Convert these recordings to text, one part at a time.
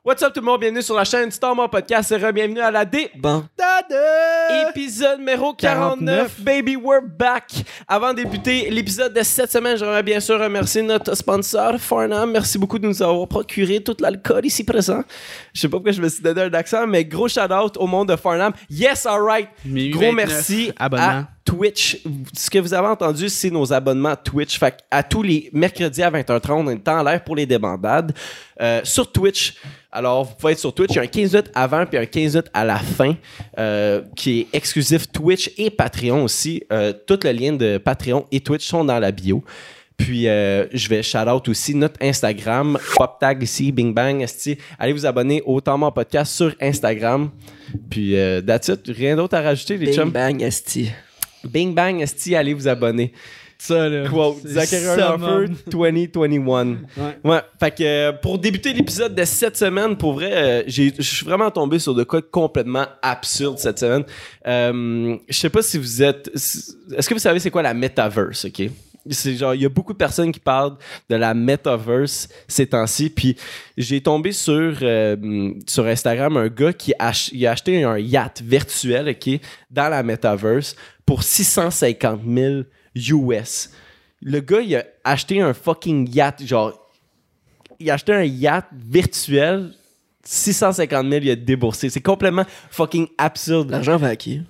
What's up tout le monde, bienvenue sur la chaîne Star More Podcast et bienvenue à la épisode numéro 49. Baby, we're back. Avant de débuter l'épisode de cette semaine, j'aimerais bien sûr remercier notre sponsor Farnham. Merci beaucoup de nous avoir procuré tout l'alcool ici présent. Je sais pas pourquoi je me suis donné un accent, mais gros shout out au monde de Farnham. Yes, alright. Gros merci à Twitch. Ce que vous avez entendu, c'est nos abonnements Twitch. Fait à tous les mercredis à 20h30, on est en l'air pour les débandades sur Twitch. Alors, vous pouvez être sur Twitch. Il y a un 15 minutes avant puis un 15 minutes à la fin qui est exclusif Twitch et Patreon aussi. Tout le lien de Patreon et Twitch sont dans la bio. Puis, je vais shout-out aussi notre Instagram, PopTag ici, Bing Bang, esti. Allez vous abonner au Temps Mort Podcast sur Instagram. Puis, that's it. Rien d'autre à rajouter, les chums? Bing Bang, esti. Bing Bang, esti, allez vous abonner. Ça, là. Quote, Zachary Offer 2021. Ouais. Fait que pour débuter l'épisode de cette semaine, pour vrai, je suis vraiment tombé sur de quoi complètement absurde cette semaine. Je sais pas si vous êtes... Est-ce que vous savez c'est quoi la metaverse, OK? C'est genre, il y a beaucoup de personnes qui parlent de la metaverse ces temps-ci, puis j'ai tombé sur Instagram un gars qui il a acheté un yacht virtuel, OK, dans la metaverse pour 650 000 US. Le gars, il a acheté un fucking yacht, genre, il a acheté un yacht virtuel, 650 000, il a déboursé. C'est complètement fucking absurde. L'argent va à qui?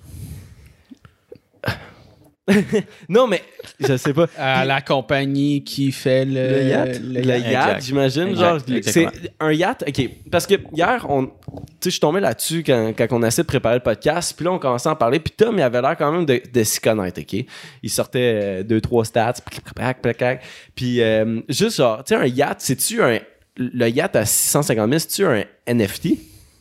Non, mais je sais pas. À la compagnie qui fait le yacht. Le yacht, j'imagine. Genre, c'est un yacht. OK. Parce que hier, je suis tombé là-dessus quand on a essayé de préparer le podcast. Puis là, on commençait à en parler. Puis Tom, il avait l'air quand même de s'y connaître. OK? Il sortait 2-3 stats. Puis juste genre, tu sais, un yacht, le yacht à 650 000, c'est-tu un NFT?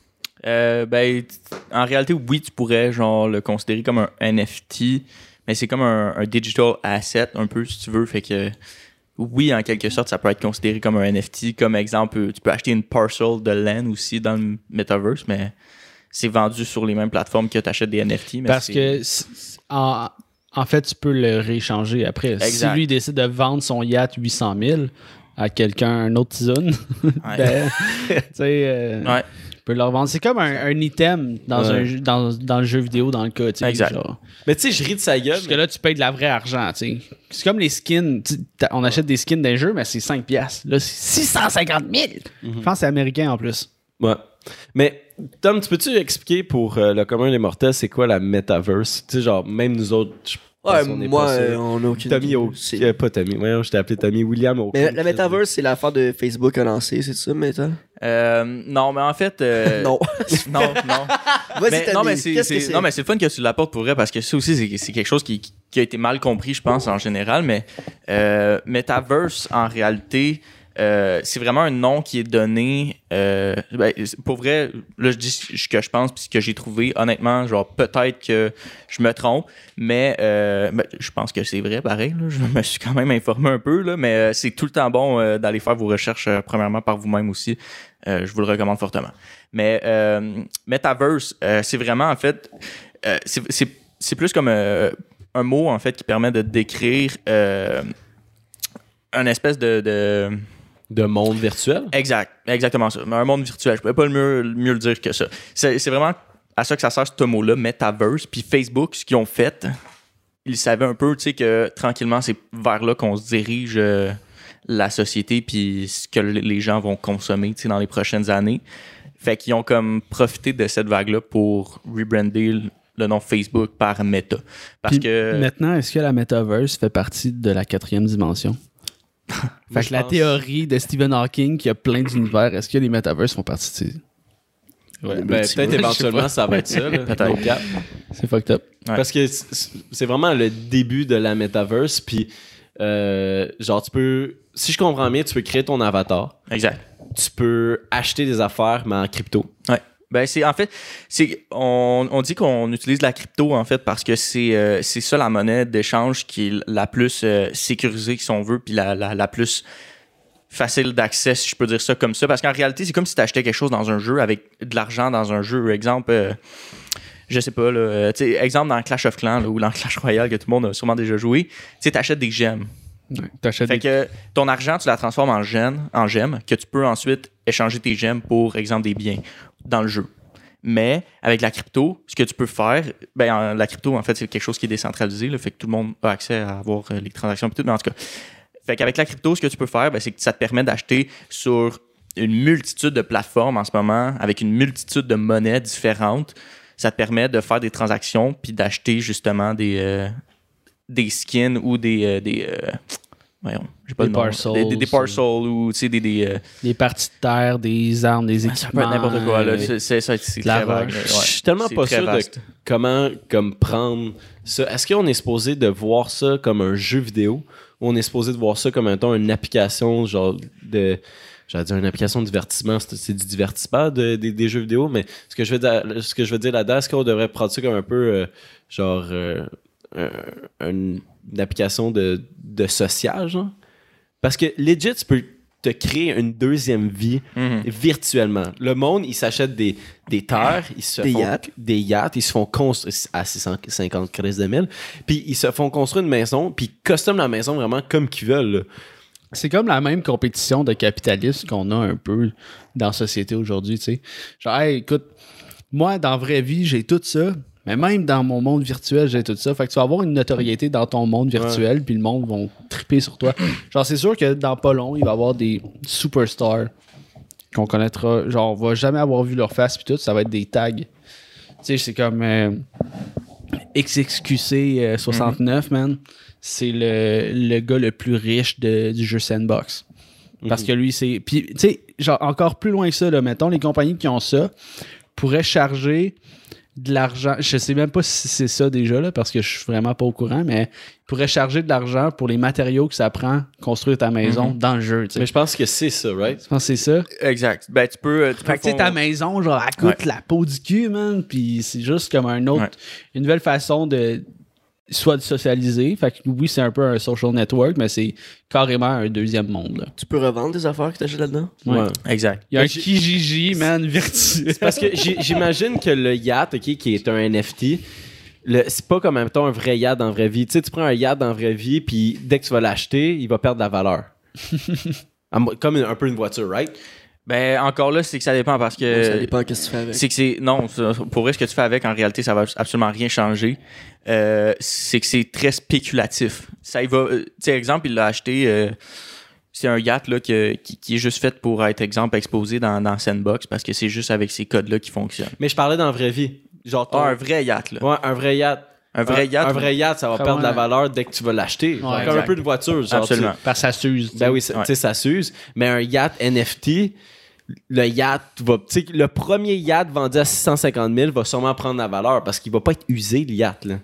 Ben, en réalité, oui, tu pourrais genre le considérer comme un NFT. Mais c'est comme un digital asset, un peu, si tu veux. Fait que, oui, en quelque sorte, ça peut être considéré comme un NFT. Comme exemple, tu peux acheter une parcel de land aussi dans le Metaverse, mais c'est vendu sur les mêmes plateformes que tu achètes des NFT. Mais parce que, en fait, tu peux le rééchanger après. Exact. Si lui décide de vendre son yacht 800 000 à quelqu'un, un autre zone, ben, tu sais... ouais. Tu peux le revendre. C'est comme un item dans le jeu vidéo, dans le cas. Exact. Genre. Mais tu sais, je ris de sa gueule. Parce que là, tu payes de la vraie argent. T'sais. C'est comme les skins. On achète des skins d'un jeu, mais c'est 5$. Là, c'est 650 000. Je pense que c'est américain en plus. Ouais. Mais Tom, tu peux-tu expliquer pour le commun des mortels, c'est quoi la metaverse? Tu sais, genre, même nous autres, ouais, moi, on a aucune Tommy, pas Tommy. Ouais, je t'ai appelé Tommy. William. Mais la metaverse, c'est l'affaire de Facebook a lancé, c'est ça, Meta? Non, mais en fait... non. non. Vas-y, qu'est-ce que c'est? Non, mais c'est le fun que tu l'apportes pour vrai, parce que ça aussi, c'est quelque chose qui a été mal compris, je pense, en général. Mais Metaverse, en réalité... c'est vraiment un nom qui est donné pour vrai, là je dis ce que je pense puis ce que j'ai trouvé, honnêtement, genre peut-être que je me trompe, mais je pense que c'est vrai pareil, là, je me suis quand même informé un peu là, mais c'est tout le temps bon d'aller faire vos recherches premièrement par vous-même aussi, je vous le recommande fortement. Mais Metaverse, c'est vraiment en fait c'est plus comme un mot en fait qui permet de décrire un espèce de monde virtuel? Exactement ça. Un monde virtuel. Je ne pourrais pas mieux le dire que ça. C'est vraiment à ça que ça sert ce mot-là, Metaverse. Puis Facebook, ce qu'ils ont fait, ils savaient un peu, tu sais, que tranquillement, c'est vers là qu'on se dirige la société puis ce que les gens vont consommer, tu sais, dans les prochaines années. Fait qu'ils ont comme profité de cette vague-là pour rebrander le nom Facebook par Meta. Parce que maintenant, est-ce que la Metaverse fait partie de la 4e dimension? Fait que la théorie de Stephen Hawking qui a plein d'univers, est-ce que les metaverses font partie de ces... Ouais, peut-être éventuellement ça va être ça. Là, peut-être. C'est fucked up. Ouais. Parce que c'est vraiment le début de la metaverse. Puis, genre, tu peux, si je comprends bien, tu peux créer ton avatar. Exact. Tu peux acheter des affaires, mais en crypto. Ouais. Ben on dit qu'on utilise la crypto en fait parce que c'est ça la monnaie d'échange qui est la plus sécurisée si on veut, puis la plus facile d'accès, si je peux dire ça comme ça, parce qu'en réalité c'est comme si tu achetais quelque chose dans un jeu avec de l'argent dans un jeu, exemple je sais pas là, exemple dans Clash of Clans là, ou dans Clash Royale que tout le monde a sûrement déjà joué, tu sais, t'achètes des gemmes. T'achètes Fait que ton argent, tu la transformes en gemmes, que tu peux ensuite échanger tes gemmes pour, exemple, des biens dans le jeu. Mais avec la crypto, ce que tu peux faire, la crypto, en fait, c'est quelque chose qui est décentralisé, là, fait que tout le monde a accès à avoir les transactions et tout, mais en tout cas. Fait qu'avec la crypto, ce que tu peux faire, c'est que ça te permet d'acheter sur une multitude de plateformes en ce moment, avec une multitude de monnaies différentes. Ça te permet de faire des transactions puis d'acheter justement des skins ou voyons, j'ai pas Des le nom. parcels. Des parcels ou tu sais des parties de terre, des armes, des équipements. ça peut être n'importe quoi là. C'est la très vague. roche. Ouais. Je suis tellement C'est pas très sûr de vaste. comment comme prendre ça. Est-ce qu'on est supposé de voir ça comme un jeu vidéo ou on est supposé de voir ça comme une application genre de... J'allais dire une application de divertissement, c'est du divertissement des jeux vidéo, mais ce que je veux dire là-dedans, est-ce qu'on devrait prendre ça comme un peu une application de social, genre? Parce que legit, tu peux te créer une deuxième vie virtuellement. Le monde, il s'achète des terres, des yachts, ils se font construire à 650 crises de mille, puis ils se font construire une maison, puis ils custom la maison vraiment comme qu'ils veulent, là. C'est comme la même compétition de capitalisme qu'on a un peu dans la société aujourd'hui, tu sais. Genre, hey, écoute, moi, dans la vraie vie, j'ai tout ça, mais même dans mon monde virtuel, j'ai tout ça. Fait que tu vas avoir une notoriété dans ton monde virtuel, puis le monde va triper sur toi. Genre, c'est sûr que dans pas long, il va y avoir des superstars qu'on connaîtra. Genre, on va jamais avoir vu leur face, puis tout, ça va être des tags. Tu sais, c'est comme XXQC 69, man. C'est le gars le plus riche du jeu Sandbox. Parce que lui, c'est... Puis, tu sais, genre, encore plus loin que ça, là, mettons, les compagnies qui ont ça pourraient charger de l'argent. Je sais même pas si c'est ça déjà, là, parce que je suis vraiment pas au courant, mais ils pourraient charger de l'argent pour les matériaux que ça prend construire ta maison dans le jeu, tu sais. Mais je pense que c'est ça, right? Je pense que c'est ça. Exact. Ben, tu peux Fait que, tu sais, ta maison, genre, elle coûte la peau du cul, man, puis c'est juste comme une nouvelle façon de... soit de socialiser. Fait que oui, c'est un peu un social network, mais c'est carrément un deuxième monde, là. Tu peux revendre des affaires que t'achètes là-dedans? Ouais. Exact. Il y a un Kijiji, man, virtuel. C'est parce que j'imagine que le yacht, OK, qui est un NFT, c'est pas comme en même temps un vrai yacht dans la vraie vie. Tu sais, tu prends un yacht dans la vraie vie, puis dès que tu vas l'acheter, il va perdre de la valeur. Comme un peu une voiture, right? Ben, encore là, c'est que ça dépend parce que... Ça dépend de ce que tu fais avec. C'est que c'est... Non, pour vrai, ce que tu fais avec, en réalité, ça va absolument rien changer. C'est que c'est très spéculatif. Ça y va... Tu sais, exemple, il l'a acheté... c'est un yacht là, qui est juste fait pour être, exemple, exposé dans Sandbox parce que c'est juste avec ces codes-là qui fonctionnent. Mais je parlais dans la vraie vie. Genre un vrai yacht, là. Ouais, un vrai yacht. Un vrai yacht, ça va perdre de la valeur dès que tu vas l'acheter. Ouais, comme un peu de voiture. Genre, absolument. Parce que ça s'use. Ben oui, tu sais, ça s'use. Mais un yacht NFT... Le yacht va... Tu sais, le premier yacht vendu à 650 000 va sûrement prendre la valeur parce qu'il va pas être usé, le yacht, là.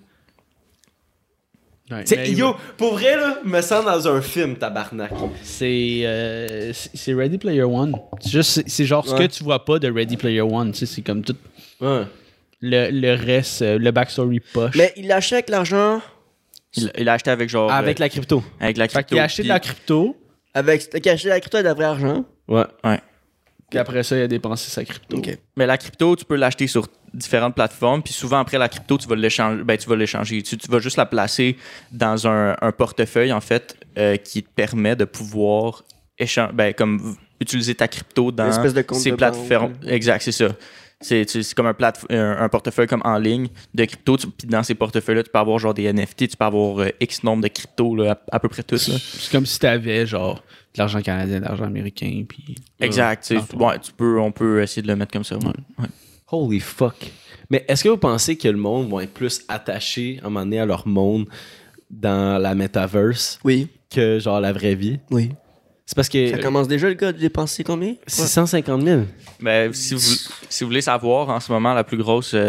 Ouais, T'sais, yo, pour vrai, là, me sens dans un film, tabarnak. c'est Ready Player One. C'est genre ce que tu vois pas de Ready Player One. Tu sais, c'est comme tout Ouais. le reste, le backstory poche. Mais il l'achète avec l'argent. Il a acheté avec genre... Avec la crypto. Avec la Fait crypto. qu'il a acheté de la crypto, Avec acheté la crypto avec de vrai argent. Ouais. puis après ça, il a dépensé sa crypto. Ok. Mais la crypto, tu peux l'acheter sur différentes plateformes, puis souvent après la crypto, tu vas l'échanger. Tu vas juste la placer dans un portefeuille, en fait, qui te permet de pouvoir comme utiliser ta crypto dans Une espèce de compte ces de plateformes. banque. Exact, c'est ça. C'est comme un portefeuille comme en ligne de crypto. Puis dans ces portefeuilles-là, tu peux avoir genre des NFT, tu peux avoir X nombre de crypto, là, à peu près tout. Là. C'est comme si t'avais genre de l'argent canadien, de l'argent américain, puis... Exact. On peut essayer de le mettre comme ça. Ouais. Holy fuck. Mais est-ce que vous pensez que le monde va être plus attaché à un moment donné à leur monde dans la metaverse Oui. que genre la vraie vie? Oui. C'est parce que Ça commence déjà, le gars, de dépenser combien? 650 000. Ben, si vous voulez savoir, en ce moment, le plus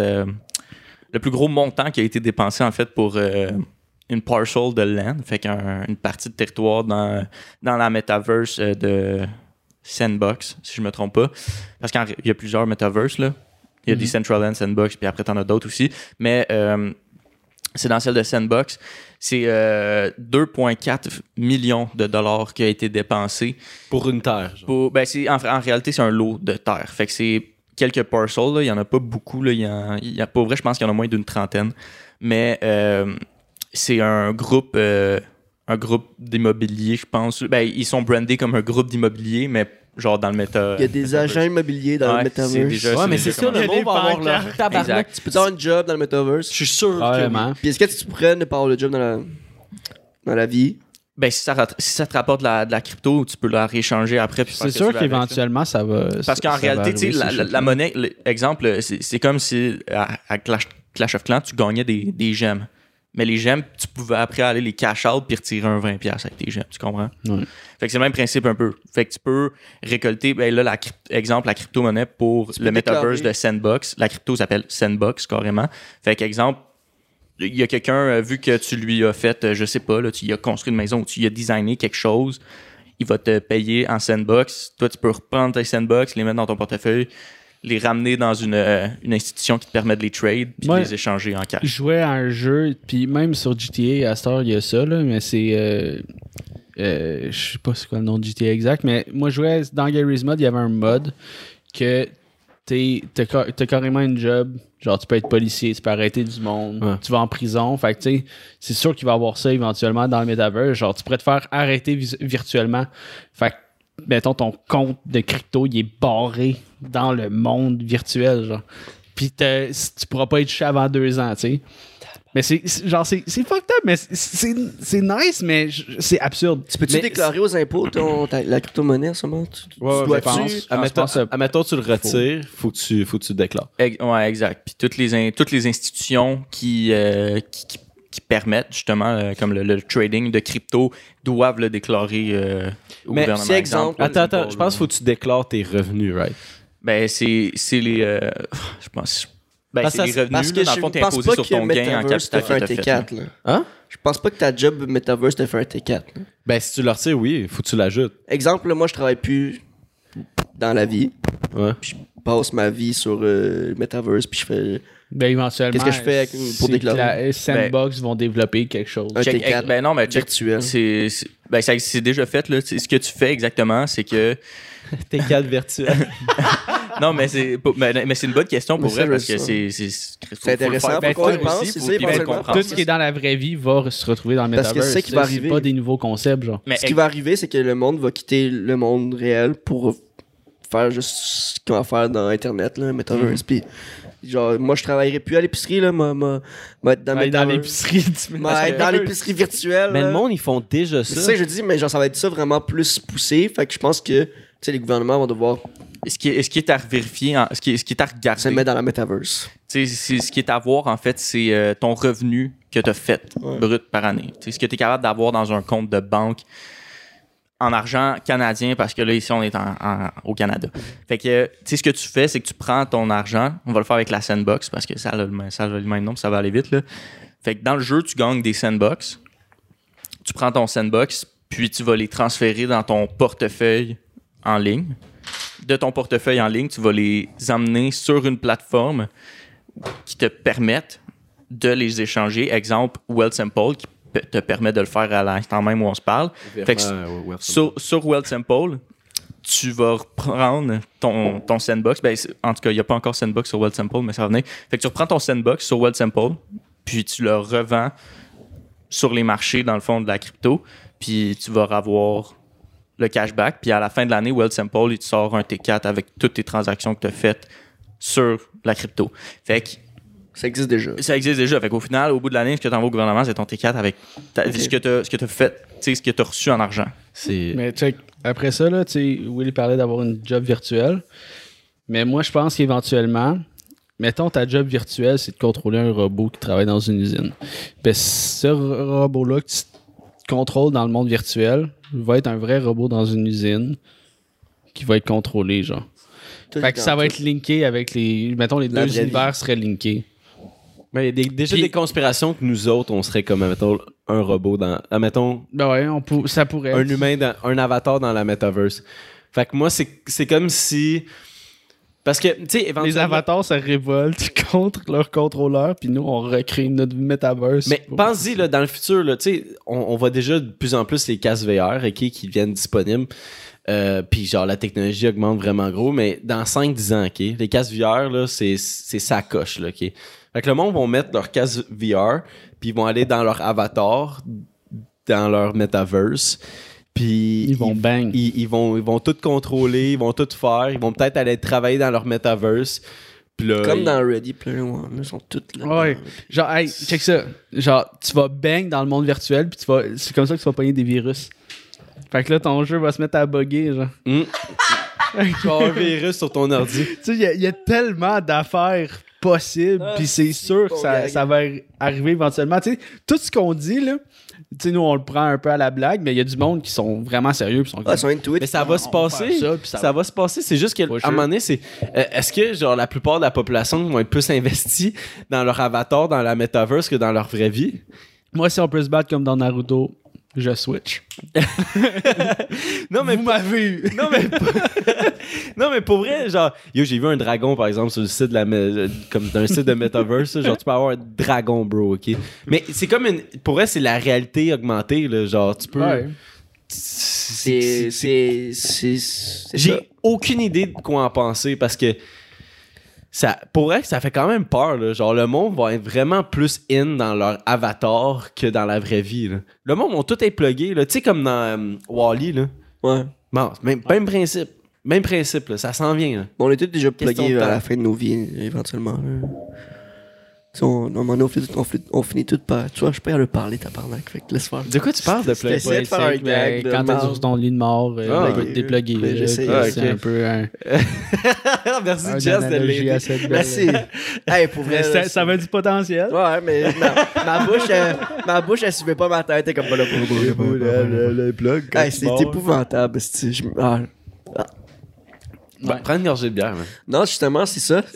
gros montant qui a été dépensé, en fait, pour une parcel de land, fait qu'une partie de territoire dans la metaverse de Sandbox, si je me trompe pas. Parce qu'il y a plusieurs metaverses, là. Il y a Decentraland, Sandbox, puis après, t'en as d'autres aussi. Mais c'est dans celle de Sandbox. C'est 2,4 millions de dollars qui a été dépensé. Pour une terre. Genre. En réalité, c'est un lot de terre. Fait que c'est quelques parcels. Là. Il n'y en a pas beaucoup. Là. Il y a, pour vrai, je pense qu'il y en a moins d'une trentaine. Mais c'est un groupe un groupe d'immobilier, je pense. Ben, ils sont brandés comme un groupe d'immobilier, mais genre dans le méta. Il y a des agents immobiliers dans le Metaverse. Mais c'est ça, le monde va avoir leur tabarnak. Tu peux avoir un job dans le Metaverse. Je suis sûr Vraiment. Puis est-ce que tu pourrais ne pas avoir le job dans la vie? Ben, si ça te rapporte de la crypto, tu peux la rééchanger après. Puis C'est sûr qu'éventuellement, ça va. Parce qu'en réalité, tu sais, la monnaie, exemple, c'est comme si à Clash of Clans, tu gagnais des gemmes. Mais les gemmes, tu pouvais après aller les cash out puis retirer un 20$ avec tes gemmes. Tu comprends? Ouais. Fait que c'est le même principe un peu. Fait que tu peux récolter, ben là, la crypto-monnaie pour le metaverse de Sandbox. La crypto s'appelle Sandbox carrément. Fait qu'exemple, il y a quelqu'un, vu que tu lui as fait, je sais pas, là, tu y as construit une maison ou tu y as designé quelque chose, il va te payer en Sandbox. Toi, tu peux reprendre tes Sandbox, les mettre dans ton portefeuille, les ramener dans une institution qui te permet de les trade puis de les échanger en cash. Je jouais à un jeu, puis même sur GTA, à cette heure, il y a ça, là, mais c'est... je sais pas c'est quoi le nom de GTA exact, mais moi, je jouais dans Garry's Mod, il y avait un mode que t'as carrément une job. Genre, tu peux être policier, tu peux arrêter du monde, tu vas en prison. Fait que, tu sais, c'est sûr qu'il va y avoir ça éventuellement dans le Metaverse. Genre, tu pourrais te faire arrêter virtuellement. Fait que, mettons, ton compte de crypto, il est barré dans le monde virtuel, genre. Puis tu pourras pas être chez avant 2 ans, tu sais. Mais c'est fucked up, mais c'est nice, mais c'est absurde. Tu peux-tu déclarer aux impôts la crypto-monnaie en ce moment? Admettons, tu le retires, faut que tu le déclares. Ouais, exact. Puis toutes les institutions qui permettent justement, comme le trading de crypto, doivent le déclarer au gouvernement. Si exemple, attends, je pense qu'il faut que tu déclares tes revenus, right? Ben, c'est les... je pense... Ben, c'est les revenus, parce que là, dans le fond, t'es imposé sur ton gain en capital que t'as fait. T4, là. Hein? Je pense pas que ta job Metaverse te fait un T4. Là. Ben, si tu le retires, oui, faut que tu l'ajoutes. Exemple, là, moi, je travaille plus dans la vie. Ouais. Puis je passe ma vie sur Metaverse, puis je fais... Ben, éventuellement, qu'est-ce que je fais pour déclarer? Sandbox vont développer quelque chose. Un T4 ben non, mais virtuel. C'est déjà fait, là. Ce que tu fais exactement, c'est que... T4 virtuel. Non, mais c'est une bonne question pour vrai, parce que c'est intéressant. Pourquoi on pense, c'est ça, éventuellement. Tout ce qui est dans la vraie vie va se retrouver dans le Metaverse. Parce que c'est ça qui va arriver. C'est pas des nouveaux concepts, genre. Mais ce qui va arriver, c'est que le monde va quitter le monde réel pour faire juste ce qu'on va faire dans Internet, là, Metaverse. Puis, genre, moi, je travaillerai plus à l'épicerie, là, être dans l'épicerie, être dans l'épicerie virtuelle. Mais le monde, ils font déjà ça. C'est ça que je dis, mais genre, ça va être ça vraiment plus poussé. Fait que je pense que, tu sais, les gouvernements vont devoir... Ce qui est à vérifier, ce qui est à regarder. Se mettre dans la Metaverse. Ce qui est à voir, en fait, c'est ton revenu que tu as fait brut par année. T'sais, ce que tu es capable d'avoir dans un compte de banque en argent canadien, parce que là, ici, on est au Canada. Fait que, ce que tu fais, c'est que tu prends ton argent, on va le faire avec la Sandbox, parce que ça a le même nom, ça va aller vite, là. Fait que dans le jeu, tu gagnes des Sandbox. Tu prends ton Sandbox, puis tu vas les transférer dans ton portefeuille en ligne. De ton portefeuille en ligne, tu vas les emmener sur une plateforme qui te permette de les échanger. Exemple, Wealthsimple, qui te permet de le faire à l'instant même où on se parle. Fait que sur Wealthsimple, tu vas reprendre ton Sandbox. Ben, en tout cas, il n'y a pas encore Sandbox sur Wealthsimple, mais ça va venir. Fait que tu reprends ton Sandbox sur Wealthsimple, puis tu le revends sur les marchés, dans le fond, de la crypto, puis tu vas avoir le cashback, puis à la fin de l'année, Wealthsimple, il te sort un T4 avec toutes tes transactions que tu as faites sur la crypto. Fait que ça existe déjà. Ça existe déjà. Fait qu'au final, au bout de l'année, ce que tu envoies au gouvernement, c'est ton T4 avec ce que tu as fait, ce que tu as reçu en argent. Mais check, après ça, là, Willy parlait d'avoir une job virtuelle. Mais moi, je pense qu'éventuellement, mettons, ta job virtuelle, c'est de contrôler un robot qui travaille dans une usine. Ben, ce robot-là que tu contrôles dans le monde virtuel va être un vrai robot dans une usine qui va être contrôlé, genre. Fait que ça va être linké avec les... Mettons, les deux univers seraient linkés. Mais il y a déjà des conspirations que nous autres, on serait comme, admettons, un robot dans... Admettons... Ben ouais, ça pourrait un humain, un avatar dans la Metaverse. Fait que moi, c'est comme si... Parce que, tu sais, éventuellement... Les avatars se révoltent contre leur contrôleur, puis nous, on recrée notre Metaverse. Mais pense-y, là, dans le futur, là, tu sais, on voit déjà de plus en plus les casques VR, qui deviennent disponibles. Puis genre, la technologie augmente vraiment gros, mais dans 5-10 ans, les casques VR, là, c'est sacoche, là, Fait que le monde va mettre leur casque VR, puis ils vont aller dans leur avatar dans leur metaverse. Puis Ils vont bang. Ils vont tout contrôler, ils vont tout faire. Ils vont peut-être aller travailler dans leur metaverse. Puis là, Comme dans Ready Player One, ils sont toutes là. Ouais. Genre, hey, check ça. Genre, tu vas bang dans le monde virtuel, puis c'est comme ça que tu vas pogner des virus. Fait que là, ton jeu va se mettre à bugger, genre. tu vas avoir un virus sur ton ordi. Tu sais, il y a tellement d'affaires possibles, puis c'est sûr que ça va arriver éventuellement. Tu sais, tout ce qu'on dit, là, tu sais, nous, on le prend un peu à la blague, mais il y a du monde qui sont vraiment sérieux. Puis ils sont into it. Mais ça va se passer. Ça va se passer. C'est juste qu'à un moment donné, c'est. Est-ce que, genre, la plupart de la population vont être plus investis dans leur avatar, dans la metaverse que dans leur vraie vie? Moi, si on peut se battre comme dans Naruto, je switch. Non, mais vous m'avez eu. Non, mais pour vrai, genre, j'ai vu un dragon, par exemple, sur le site comme d'un site de Metaverse. Genre, tu peux avoir un dragon, bro, OK? Mais c'est comme pour vrai, c'est la réalité augmentée, là. Genre, tu peux. Ouais. J'ai aucune idée de quoi en penser parce que pour vrai, ça fait quand même peur, là. Genre, le monde va être vraiment plus in dans leur avatar que dans la vraie vie, là. Le monde va tout être plugué, là. Tu sais, comme dans Wall-E, là. Ouais. Bon, même principe. Même principe, là. Ça s'en vient, là. On est tous déjà Question plugués de temps. à la fin de nos vies, éventuellement. Là. On finit tout par. Tu vois, je peux y aller parler, ta parnaque. Fait que laisse faire. De quoi tu parles de plug? J'essaie de faire un gag de quand t'es marde. sur ton lit de mort, on peut te dépluguer. mais j'essaie. C'est un peu un Merci, une Jess, de analogie l'aider. à cette belle- Merci. Hey, pour vrai. là, Ça avait du potentiel. Ouais, mais ma bouche, elle suivait pas ma tête. Elle est comme pas là pour Le plug. Hey, c'est épouvantable. Prends une gorgée de bière, man. Non, justement, c'est ça.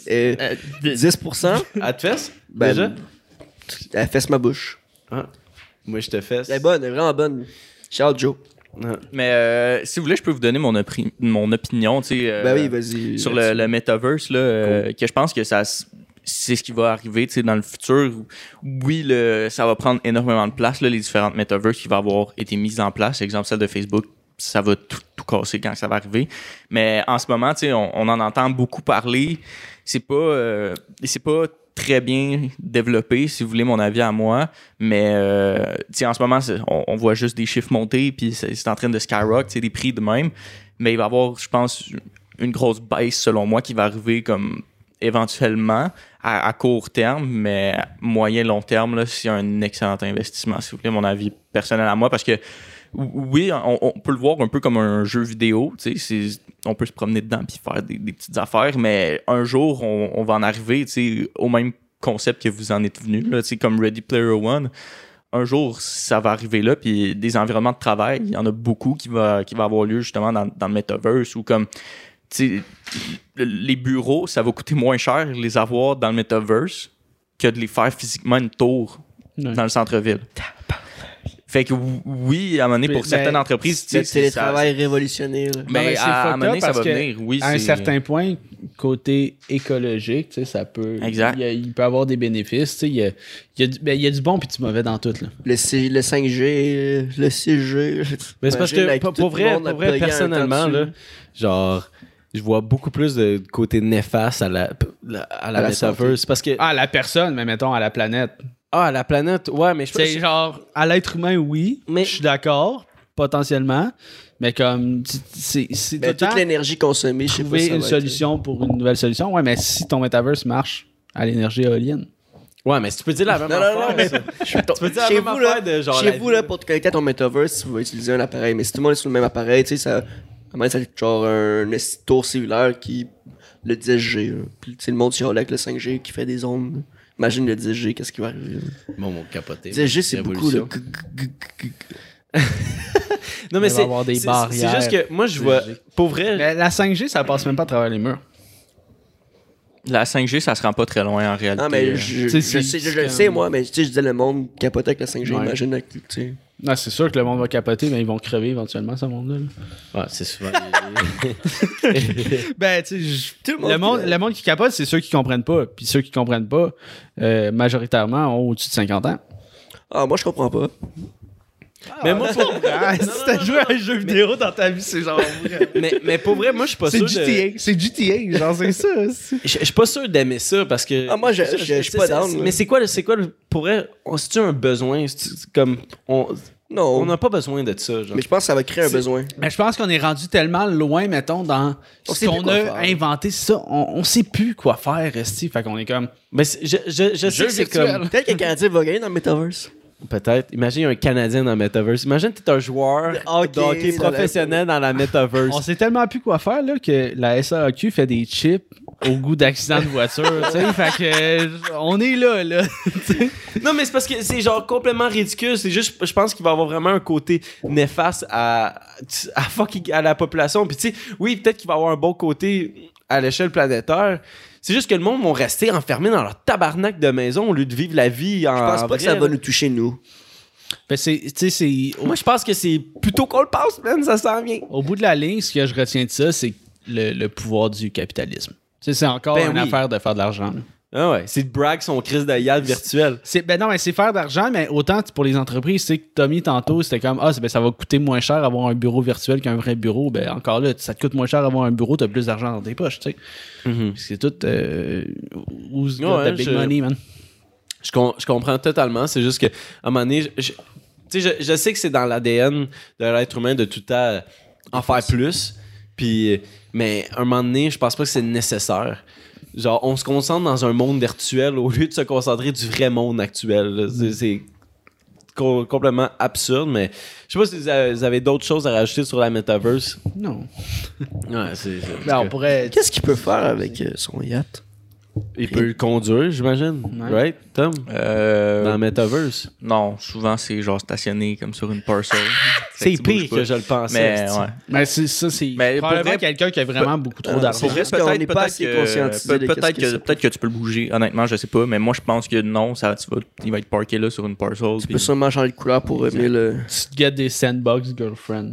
10%, À te fesse? ben, Déjà? elle fesse ma bouche. Ah. Moi, je te fesse. Elle est bonne, elle est vraiment bonne. Shout Joe. Ah. Mais si vous voulez, je peux vous donner mon opinion, tu sais, Ben oui, vas-y. sur le metaverse, là, que je pense que c'est ce qui va arriver, tu sais, dans le futur. Oui, ça va prendre énormément de place, là, les différentes metaverses qui vont avoir été mises en place. Exemple, celle de Facebook, ça va tout casser quand ça va arriver. Mais en ce moment, tu sais, on en entend beaucoup parler. C'est pas très bien développé, si vous voulez mon avis à moi. Mais tu sais, en ce moment, on voit juste des chiffres monter, puis c'est en train de skyrocket, tu sais, des prix de même. Mais il va y avoir, je pense, une grosse baisse, selon moi, qui va arriver comme éventuellement à court terme, mais moyen long terme, là, c'est un excellent investissement, si vous voulez mon avis personnel à moi, parce que oui, on peut le voir un peu comme un jeu vidéo, tu sais, on peut se promener dedans puis faire des petites affaires, mais un jour, on va en arriver, tu sais, au même concept que vous en êtes venu, là, tu sais, comme Ready Player One. Un jour, ça va arriver là, puis des environnements de travail, il y en a beaucoup qui va avoir lieu justement dans le metaverse, ou comme, tu sais, les bureaux, ça va coûter moins cher les avoir dans le metaverse que de les faire physiquement une tour dans le centre-ville. Fait que oui, à un moment donné, pour certaines entreprises, tu Le sais, télétravail révolutionnaire. mais à un moment donné, ça va venir. Oui, à un c'est- certain point, côté écologique, tu sais, ça peut. Exact. Il peut avoir des bénéfices. Tu sais, il y a du bon puis du mauvais dans tout. Là. Le 5G, le 6G. Mais c'est parce Imagine, que, avec pour tout le vrai, monde à plugger un personnellement, temps là, dessus. genre, je vois beaucoup plus de côté néfaste à la la metaverse. Parce que, À la personne, mais mettons à la planète. à la planète, ouais, mais je pense C'est genre, à l'être humain, oui, Mais- je suis d'accord, potentiellement, mais comme, c'est tout Ben, le temps toute l'énergie consommée, je sais pas trouver si ça une va être- solution pour une nouvelle solution. Ouais, mais si ton metaverse marche à l'énergie éolienne. Ouais, mais si tu peux dire la même Non, affaire. non, non, mais ça. Tu peux dire la Chez même vous, affaire là, de genre. chez vous, là, pour te connecter à ton metaverse, tu vas utiliser un appareil. Mais si tout le monde est sur le même appareil, tu sais, ça va être genre un tour cellulaire qui. Le 10G. Là. Puis, tu sais, le monde sur avec le 5G qui fait des ondes. Là. Imagine le 10G, qu'est-ce qui va arriver. Là. Bon, mon capoté. 10G, c'est beaucoup. Là. Non, mais Il va y c'est. avoir des c'est barrières. juste que moi, je vois. Pour vrai. Mais la 5G, ça passe même pas à travers les murs. La 5G, ça se rend pas très loin en réalité. Non, mais je Tu sais, le sais, moi, mais tu sais, je disais le monde capote avec le 5G. Ouais. Imagine, avec, tu sais. Non, c'est sûr que le monde va capoter, mais ils vont crever éventuellement, ce monde-là. là. Ouais, c'est souvent. Ben, tu sais, Tout le monde le monde qui capote, c'est ceux qui comprennent pas. Puis ceux qui comprennent pas, majoritairement, ont au-dessus de 50 ans. Ah, moi, je comprends pas. Mais moi, pour. Si t'as joué à un jeu vidéo dans ta vie, c'est genre. mais pour vrai, moi, je suis pas C'est sûr. GTA. C'est GTA, genre, c'est ça. Je suis pas sûr d'aimer ça parce que. Ah, moi, je suis pas down. Mais c'est quoi, pour vrai, c'est-tu un besoin? Comme, Non. On n'a pas besoin de ça. Genre. Mais je pense que ça va créer un besoin. Mais je pense qu'on est rendu tellement loin, mettons, dans ce qu'on a inventé. C'est ça, on sait plus quoi faire, Resti. Fait qu'on est comme... Mais je sais que c'est comme... Peut-être qu'un Canadien va gagner dans le Metaverse. Peut-être. Imagine un Canadien dans le Metaverse. Imagine que t'es un joueur de hockey professionnel dans la Metaverse. On sait tellement plus quoi faire là, que la SAQ fait des chips au goût d'accident de voiture. Fait que on est là. Non, mais c'est parce que c'est genre complètement ridicule. C'est juste, je pense qu'il va y avoir vraiment un côté néfaste à la population. Puis tu sais, oui, peut-être qu'il va y avoir un bon côté à l'échelle planétaire. C'est juste que le monde vont rester enfermés dans leur tabarnak de maison au lieu de vivre la vie en. Je pense pas vrai, que ça va nous toucher, nous. Ben c'est... Moi, je pense que c'est plutôt qu'on le passe, man. Ça s'en vient. Au bout de la ligne, ce que je retiens de ça, c'est le pouvoir du capitalisme. C'est encore une affaire de faire de l'argent. Ah ouais, c'est de brag son crise de yacht virtuel. C'est faire d'argent, mais autant pour les entreprises, c'est que Tommy tantôt, c'était comme ça va coûter moins cher avoir un bureau virtuel qu'un vrai bureau. Ben encore là, ça te coûte moins cher avoir un bureau, t'as plus d'argent dans tes poches, tu sais. Mm-hmm. C'est tout who's got the big money, man. Je comprends totalement, c'est juste que à un moment donné, je sais que c'est dans l'ADN de l'être humain de tout le temps en faire plus, puis mais à un moment donné, je pense pas que c'est nécessaire. Genre, on se concentre dans un monde virtuel au lieu de se concentrer du vrai monde actuel. C'est complètement absurde, mais je sais pas si vous avez d'autres choses à rajouter sur la Metaverse. Non. Ouais, c'est Ben, on pourrait... Qu'est-ce qu'il peut faire avec son yacht? Il peut le conduire, j'imagine. Ouais. Right, Tom? Dans la Metaverse. Non, souvent c'est genre stationné comme sur une parcelle. C'est pire que je le pensais. Mais ouais. Mais c'est Mais probablement pour vrai, quelqu'un qui a vraiment beaucoup trop d'argent. pour vrai, parce qu'on n'est pas assez conscientisé de peut-être que tu peux le bouger. Honnêtement, je sais pas, mais moi je pense que non, il va être parké là sur une parcelle. Tu peux sûrement changer de couleur pour aimer le... Tu te get des sandbox girlfriend.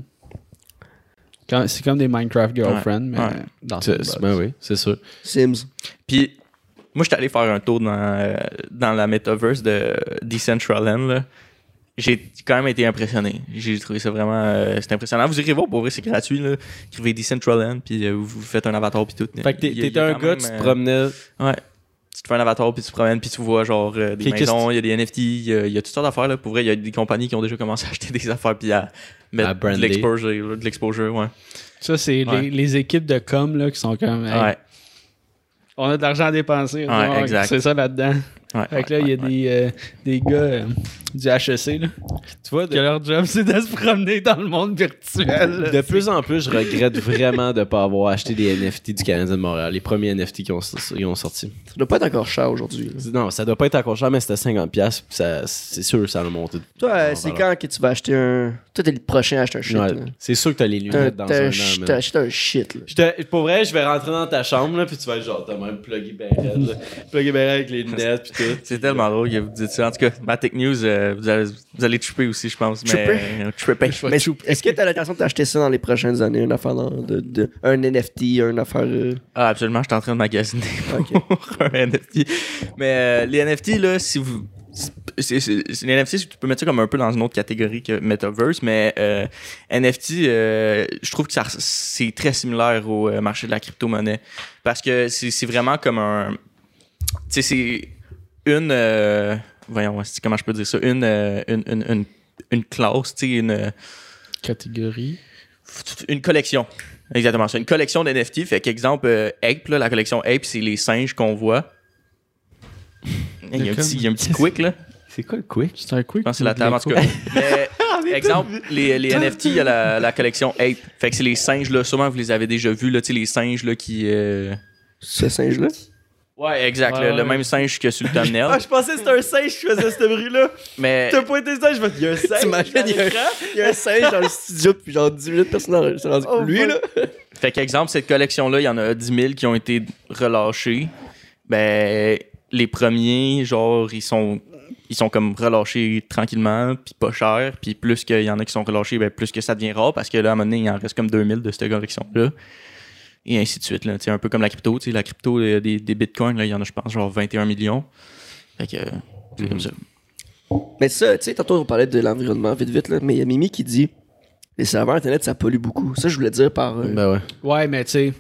C'est comme des Minecraft girlfriend, mais dans sandbox. Ben oui, c'est sûr. Sims. Puis moi j'étais allé faire un tour dans la metaverse de Decentraland là. J'ai quand même été impressionné. J'ai trouvé ça vraiment c'est impressionnant. Vous irez voir, pour vrai, c'est gratuit là. Écrivez Decentraland puis vous faites un avatar puis tout. Fait que t'étais un gars, tu te promenais. Ouais. Tu te fais un avatar puis tu te promènes puis tu vois genre des maisons, il y a des NFT, il y a toutes sortes d'affaires là. Pour vrai, il y a des compagnies qui ont déjà commencé à acheter des affaires puis à mettre de l'exposure, ouais. Ça c'est les équipes de com là qui sont comme hey, on a de l'argent à dépenser, exact. C'est ça là-dedans. Fait que là, il y a des gars du HEC là, tu vois, que leur job, c'est de se promener dans le monde virtuel. De plus en plus, je regrette vraiment de ne pas avoir acheté des NFT du Canadien de Montréal. Les premiers NFT qui ont sorti. Ça doit pas être encore cher aujourd'hui. Non, ça doit pas être encore cher, mais c'était 50$. C'est sûr ça a monté. Toi, c'est quand que tu vas acheter un... Toi, t'es le prochain à acheter un shit. Ouais, c'est sûr que t'as les lunettes dans un an. T'as acheté un shit, là. Pour vrai, je vais rentrer dans ta chambre, là, puis tu vas être genre, t'as même plugué ben raide, plugué ben raide avec les lunettes, puis tout. C'est tellement drôle que vous dites ça. En tout cas, Matic News, vous allez tripper aussi, je pense. Tripper. Mais est-ce que t'as l'intention d'acheter ça dans les prochaines années, une affaire un NFT, une affaire... Ah, absolument, je suis en train de magasiner pour un NFT. Mais les NFT, là, si vous... les NFT, tu peux mettre ça comme un peu dans une autre catégorie que Metaverse, mais NFT, je trouve que c'est très similaire au marché de la crypto-monnaie. Parce que c'est vraiment comme un... Tu sais, c'est une... voyons, comment je peux dire ça? Une classe, tu sais, une... Catégorie. Une collection. Exactement, c'est une collection d'NFT. Fait qu'exemple, Ape, là, la collection Ape, c'est les singes qu'on voit. Il y a un petit quick, là. C'est quoi le quick? C'est un quick? Je pense que c'est la table, en tout cas. Mais, exemple, les NFT, il y a la collection Ape. Fait que c'est les singes, là. Sûrement, vous les avez déjà vus, là. Tu sais, les singes, là, qui... Ce singe-là? Ouais, exact. Le même singe que sur le thumbnail. Je pensais que c'était un singe qui faisait ce bruit-là. Mais... T'as pointé ça, je me dis, il y a un singe. T'imagines, il y a un singe dans le studio depuis genre 10 minutes, personne n'a s'est rendu compte. Lui, là. Fait qu'exemple, cette collection-là, il y en a 10 000 qui ont été relâchés. Ben, les premiers, genre, ils sont comme relâchés tranquillement, puis pas cher. Puis plus qu'il y en a qui sont relâchés, ben plus que ça devient rare, parce que là, à un moment donné, il en reste comme 2000 de cette collection-là. Et ainsi de suite, là. Un peu comme la crypto. La crypto, des bitcoins, là, il y en a, je pense, genre 21 millions. Fait que c'est comme ça. Mais ça, tu sais, tantôt on parlait de l'environnement vite, là, mais il y a Mimi qui dit les serveurs internet, ça pollue beaucoup. Ça, je voulais dire par... Ben ouais. Ouais, mais tu sais,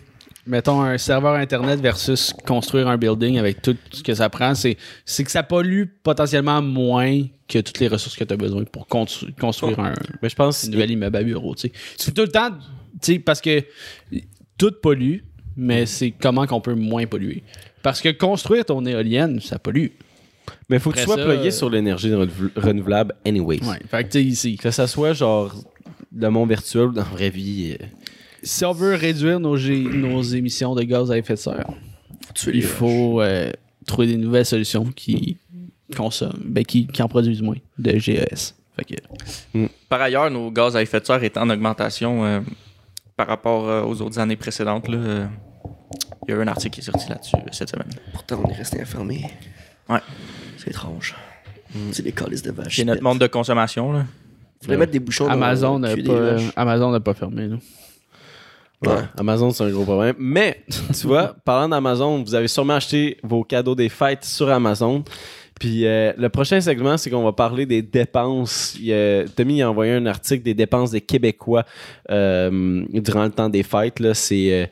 mettons, un serveur Internet versus construire un building avec tout ce que ça prend, c'est que ça pollue potentiellement moins que toutes les ressources que tu as besoin pour construire Mais je pense un nouvel immeuble à bureau. Tu sais. C'est tout le temps, tu sais, parce que tout pollue, mais c'est comment qu'on peut moins polluer. Parce que construire ton éolienne, ça pollue. Mais il faut que tu sois plugué sur l'énergie renouvelable anyways. Ouais, fait que tu sais, ici. Que ça soit genre le monde virtuel ou dans la vraie vie. Si on veut réduire nos émissions de gaz à effet de serre, il faut trouver des nouvelles solutions qui consomment, qui en produisent moins de GES. Fait que, Par ailleurs, nos gaz à effet de serre étant en augmentation par rapport aux autres années précédentes. Là, il y a eu un article qui est sorti là-dessus cette semaine. Pourtant, on est resté informé. Ouais. C'est étrange. C'est les calices de vaches. C'est notre monde de consommation. Là. Faudrait mettre des bouchons Amazon dans le n'a cul des vaches. Amazon n'a pas fermé. Là. Ouais. Amazon, c'est un gros problème. Mais, tu vois, parlant d'Amazon, vous avez sûrement acheté vos cadeaux des fêtes sur Amazon. Puis le prochain segment, c'est qu'on va parler des dépenses. Tommy a envoyé un article des dépenses des Québécois durant le temps des fêtes. Là, c'est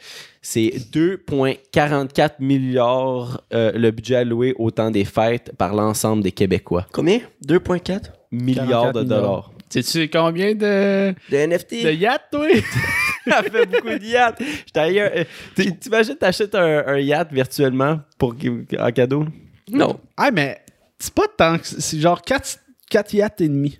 2,44 milliards le budget alloué au temps des fêtes par l'ensemble des Québécois. Combien? 2,4? Milliards de dollars. Sais-tu combien de NFT? De yachts, toi? Elle fait beaucoup de yachts. T'imagines, t'achètes un yacht virtuellement en cadeau? Non. Ah, mais c'est pas tant que c'est genre 4 yachts et demi.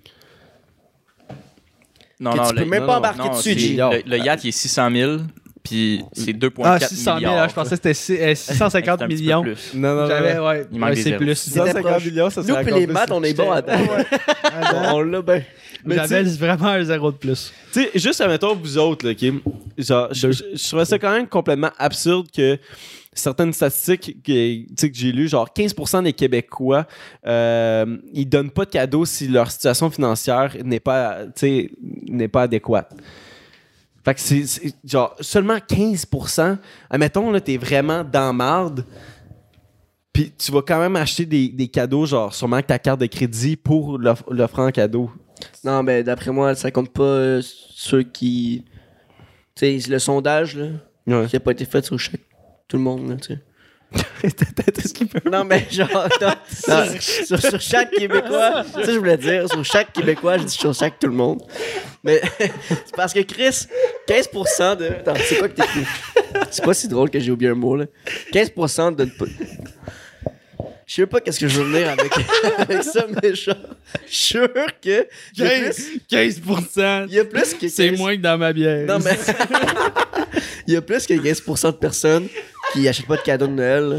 Non, Que non, tu peux même pas embarquer dessus, G. Le yacht, il est 600 000, puis c'est 2,4 Ah, 600 000, milliards. je pensais que c'était 650 C'est un petit peu millions. plus. Non. J'avais, ouais. Il manque Ouais, des c'est zéros. plus. 150 millions, ça Nous, serait puis encore les plus. maths, on est bons à date. On l'a bien. Mais J'avais tu sais- vraiment un zéro de plus. Tu sais, juste admettons vous autres, là, OK? Genre, je trouvais ça quand même complètement absurde que certaines statistiques que j'ai lues, genre 15% des Québécois, ils donnent pas de cadeaux si leur situation financière n'est pas adéquate. Fait que c'est genre seulement 15%. Admettons, là, t'es vraiment dans marde. Puis tu vas quand même acheter des cadeaux, genre sûrement que ta carte de crédit pour l'offrir en cadeau. Non, mais d'après moi, ça compte pas ceux qui. Tu sais, le sondage, là, Ouais. qui a pas été fait sur tout le monde, là, tu sais. Est-ce qu'il peut... Non, mais genre, non, sur chaque Québécois, ça je voulais dire, sur chaque Québécois, je dis sur chaque tout le monde. Mais c'est parce que Chris, 15% de. Attends, c'est quoi que t'écris? C'est pas si drôle que j'ai oublié un mot, là. 15% de. Je sais pas qu'est-ce que je veux dire avec ça, mais genre, je suis sûr que. 15%. Il y a plus que. C'est 15 moins que dans ma bière. Non, mais. Il y a plus que 15% de personnes qui achètent pas de cadeaux de Noël. Là.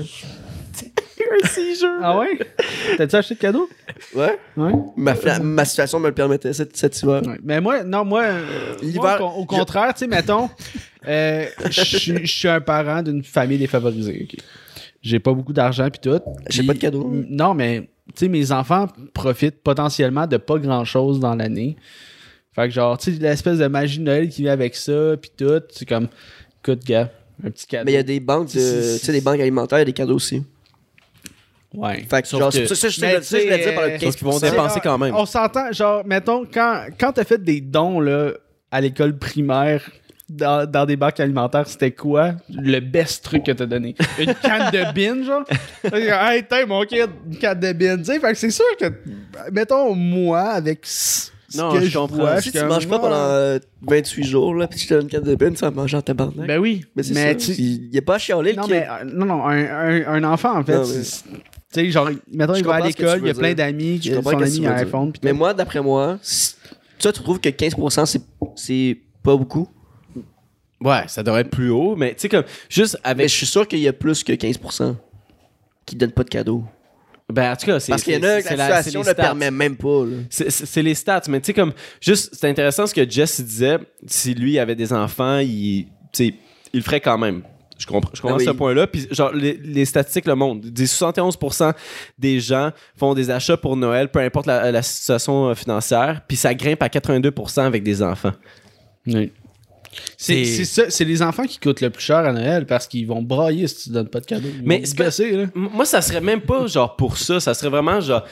Ah ouais? T'as-tu acheté de cadeaux? Ouais. Ouais. Ma situation me le permettait cet hiver. Ouais. Mais moi, L'hiver, au contraire, tu sais, mettons, je suis un parent d'une famille défavorisée. ok. J'ai pas beaucoup d'argent pis tout. J'ai Puis- pas de cadeaux. Non, mais tu sais, mes enfants profitent potentiellement de pas grand-chose dans l'année. Fait que genre, tu sais, l'espèce de magie de Noël qui vient avec ça pis tout, c'est comme, écoute, gars, un petit cadeau. Mais il y a des banques, tu sais, des banques alimentaires, il y a des cadeaux aussi. Ouais. Fait que, Sauf genre, que- c'est ça, je Mais voulais dire par le tu sais, 15%. qu'ils vont dépenser quand même. On s'entend, genre, mettons, quand t'as fait des dons là, à l'école primaire dans des banques alimentaires, c'était quoi le best truc que t'as donné? Une canne de bin, genre? Hey, t'es mon kid, une canne de bin. Tu sais, fait que c'est sûr que, mettons, moi, avec ce Non, que je je comprends. vois, Si je tu suis manges pas comme, pendant 28 jours, là, pis tu te donnes une canne de peine, tu vas manger en tabarnak. Ben oui, mais c'est mais ça. tu... Il y a pas à chialer, le Non, kid. mais non, un enfant, en fait, Non, mais- tu sais, genre, mettons, Je il va à comprends ce que l'école, tu il y a veux plein dire. d'amis, Je son comprends ami ce que tu a veux un dire. iPhone, pis Mais tout. moi, d'après moi, tu trouves que 15% c'est pas beaucoup? Ouais, ça devrait être plus haut, mais tu sais, comme, juste Mais avec. je suis sûr qu'il y a plus que 15% qui donnent pas de cadeaux. Ben, en tout cas, c'est. Parce qu'il y en a que c'est la c'est situation les ne stats. permet même pas. Là. C'est les stats, mais tu sais, comme, juste, c'est intéressant ce que Jess disait. Si lui avait des enfants, tu sais, il le ferait quand même. Je comprends oui. ce point-là. Puis, genre, les statistiques le montrent. 71% des gens font des achats pour Noël, peu importe la situation financière. Puis, ça grimpe à 82% avec des enfants. Oui. C'est ça, c'est les enfants qui coûtent le plus cher à Noël parce qu'ils vont brailler si tu donnes pas de cadeau. Ils Mais vont c'est te gosser, là. Moi, ça serait même pas genre pour ça. Ça serait vraiment genre.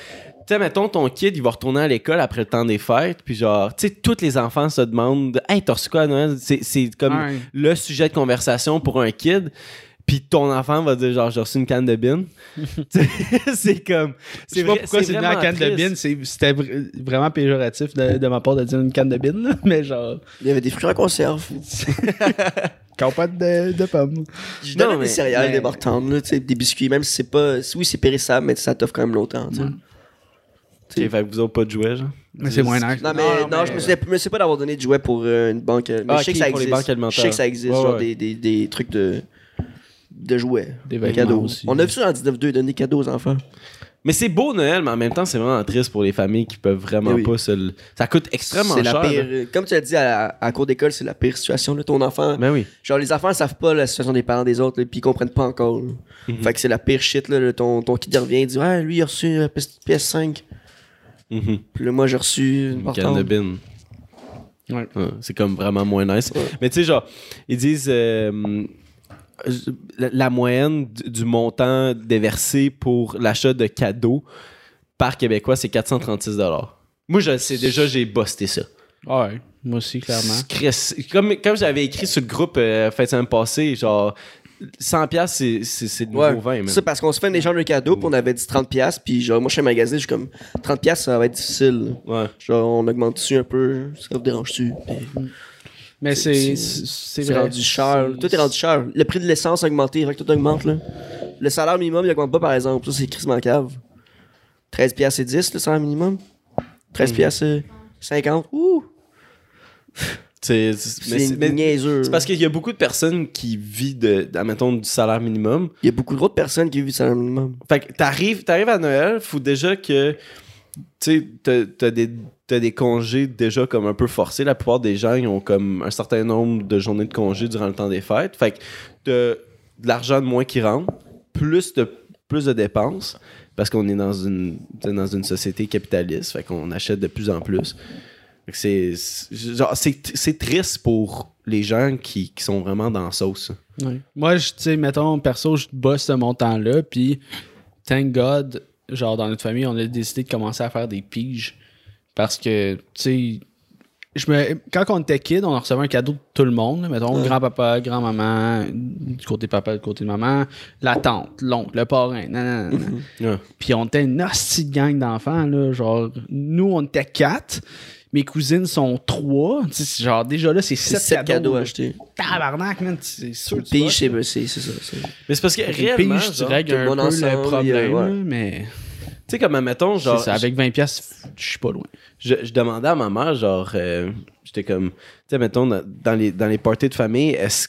sais, mettons, ton kid, il va retourner à l'école après le temps des fêtes, puis genre, tu sais, tous les enfants se demandent « Hey, t'as reçu quoi à Noël? » C'est comme le sujet de conversation pour un kid. Puis ton enfant va dire genre j'ai reçu une canne de bine. C'est comme je sais pas pourquoi c'est une canne de bine, c'était vraiment péjoratif de ma part de dire une canne de bine là, mais genre il y avait des fruits en conserve. Campagne de pommes. Je donne des céréales, des bartendes, là, des biscuits, même si c'est pas oui, c'est périssable mais ça t'offre quand même longtemps, tu sais. Ok, fait que vous avez pas de jouets, genre. Mais c'est moins nice. Non, mais je me souviens pas d'avoir donné de jouets pour une banque. Mais je sais que ça existe. Je sais que ça existe, genre des trucs de jouets, des cadeaux aussi. On a vu ça en 19-2, donner des cadeaux aux enfants. Mais c'est beau Noël, mais en même temps, c'est vraiment triste pour les familles qui peuvent vraiment pas se... Ça coûte extrêmement cher. C'est la pire... Comme tu as dit à la cour d'école, c'est la pire situation. Là, ton enfant... Ben oui. Genre, les enfants ne savent pas la situation des parents des autres, puis ils comprennent pas encore. Fait que c'est la pire shit. Là, ton kid revient et dit « Ouais, lui, il a reçu une PS5. Puis là, moi, j'ai reçu une canne de bine. Ouais. C'est comme vraiment moins nice. Ouais. Mais tu sais, genre, ils disent... la moyenne du montant déversé pour l'achat de cadeaux par Québécois, c'est 436 $. Moi, je sais déjà, j'ai busté ça. Ouais, moi aussi, clairement. Comme j'avais écrit sur le groupe fin de semaine passée, genre 100$, c'est le nouveau 20. C'est ça, parce qu'on se fait un échange de cadeaux, puis on avait dit 30$, puis genre, moi, chez un magasin, je suis comme 30$, ça va être difficile. Ouais. Genre, on augmente dessus un peu, ça vous dérange-tu? Mais c'est rendu cher. Tout est rendu cher. Le prix de l'essence a augmenté, fait que tout augmente, là. Le salaire minimum, il augmente pas, par exemple. Ça, c'est crissement cave. 13$ et 10, le salaire minimum. 13$ et 50. Ouh! C'est niaiseux. C'est parce qu'il y a beaucoup de personnes qui vivent admettons, du salaire minimum. Il y a beaucoup d'autres personnes qui vivent du salaire minimum. Fait que t'arrives à Noël, faut déjà que tu sais, t'as des congés déjà comme un peu forcés. La plupart des gens, ils ont comme un certain nombre de journées de congés durant le temps des fêtes. Fait que t'as de l'argent de moins qui rentre, plus de dépenses, parce qu'on est dans une société capitaliste. Fait qu'on achète de plus en plus. Fait que c'est triste pour les gens qui sont vraiment dans la sauce. Ouais. Moi, tu sais, mettons, perso, je bosse ce montant-là, puis thank God, genre, dans notre famille, on a décidé de commencer à faire des piges. Parce que, tu sais, quand on était kid, on recevait un cadeau de tout le monde. Là, mettons, grand-papa, grand-maman, du côté papa, du côté maman, la tante, l'oncle, le parrain, nanana. Puis on était une hostie de gang d'enfants, là. Genre, nous, on était 4. Mes cousines sont 3. Genre, déjà là, c'est 7 cadeaux achetés. Tabarnak, man, c'est sûr. Pige, c'est ça. Mais c'est parce que réellement, pige, tu règles un peu le problème, mais... Tu sais, comme, admettons, genre... C'est ça, avec 20$, je suis pas loin. Je demandais à ma mère, genre... j'étais comme... Tu sais, mettons, dans les parties de famille, est-ce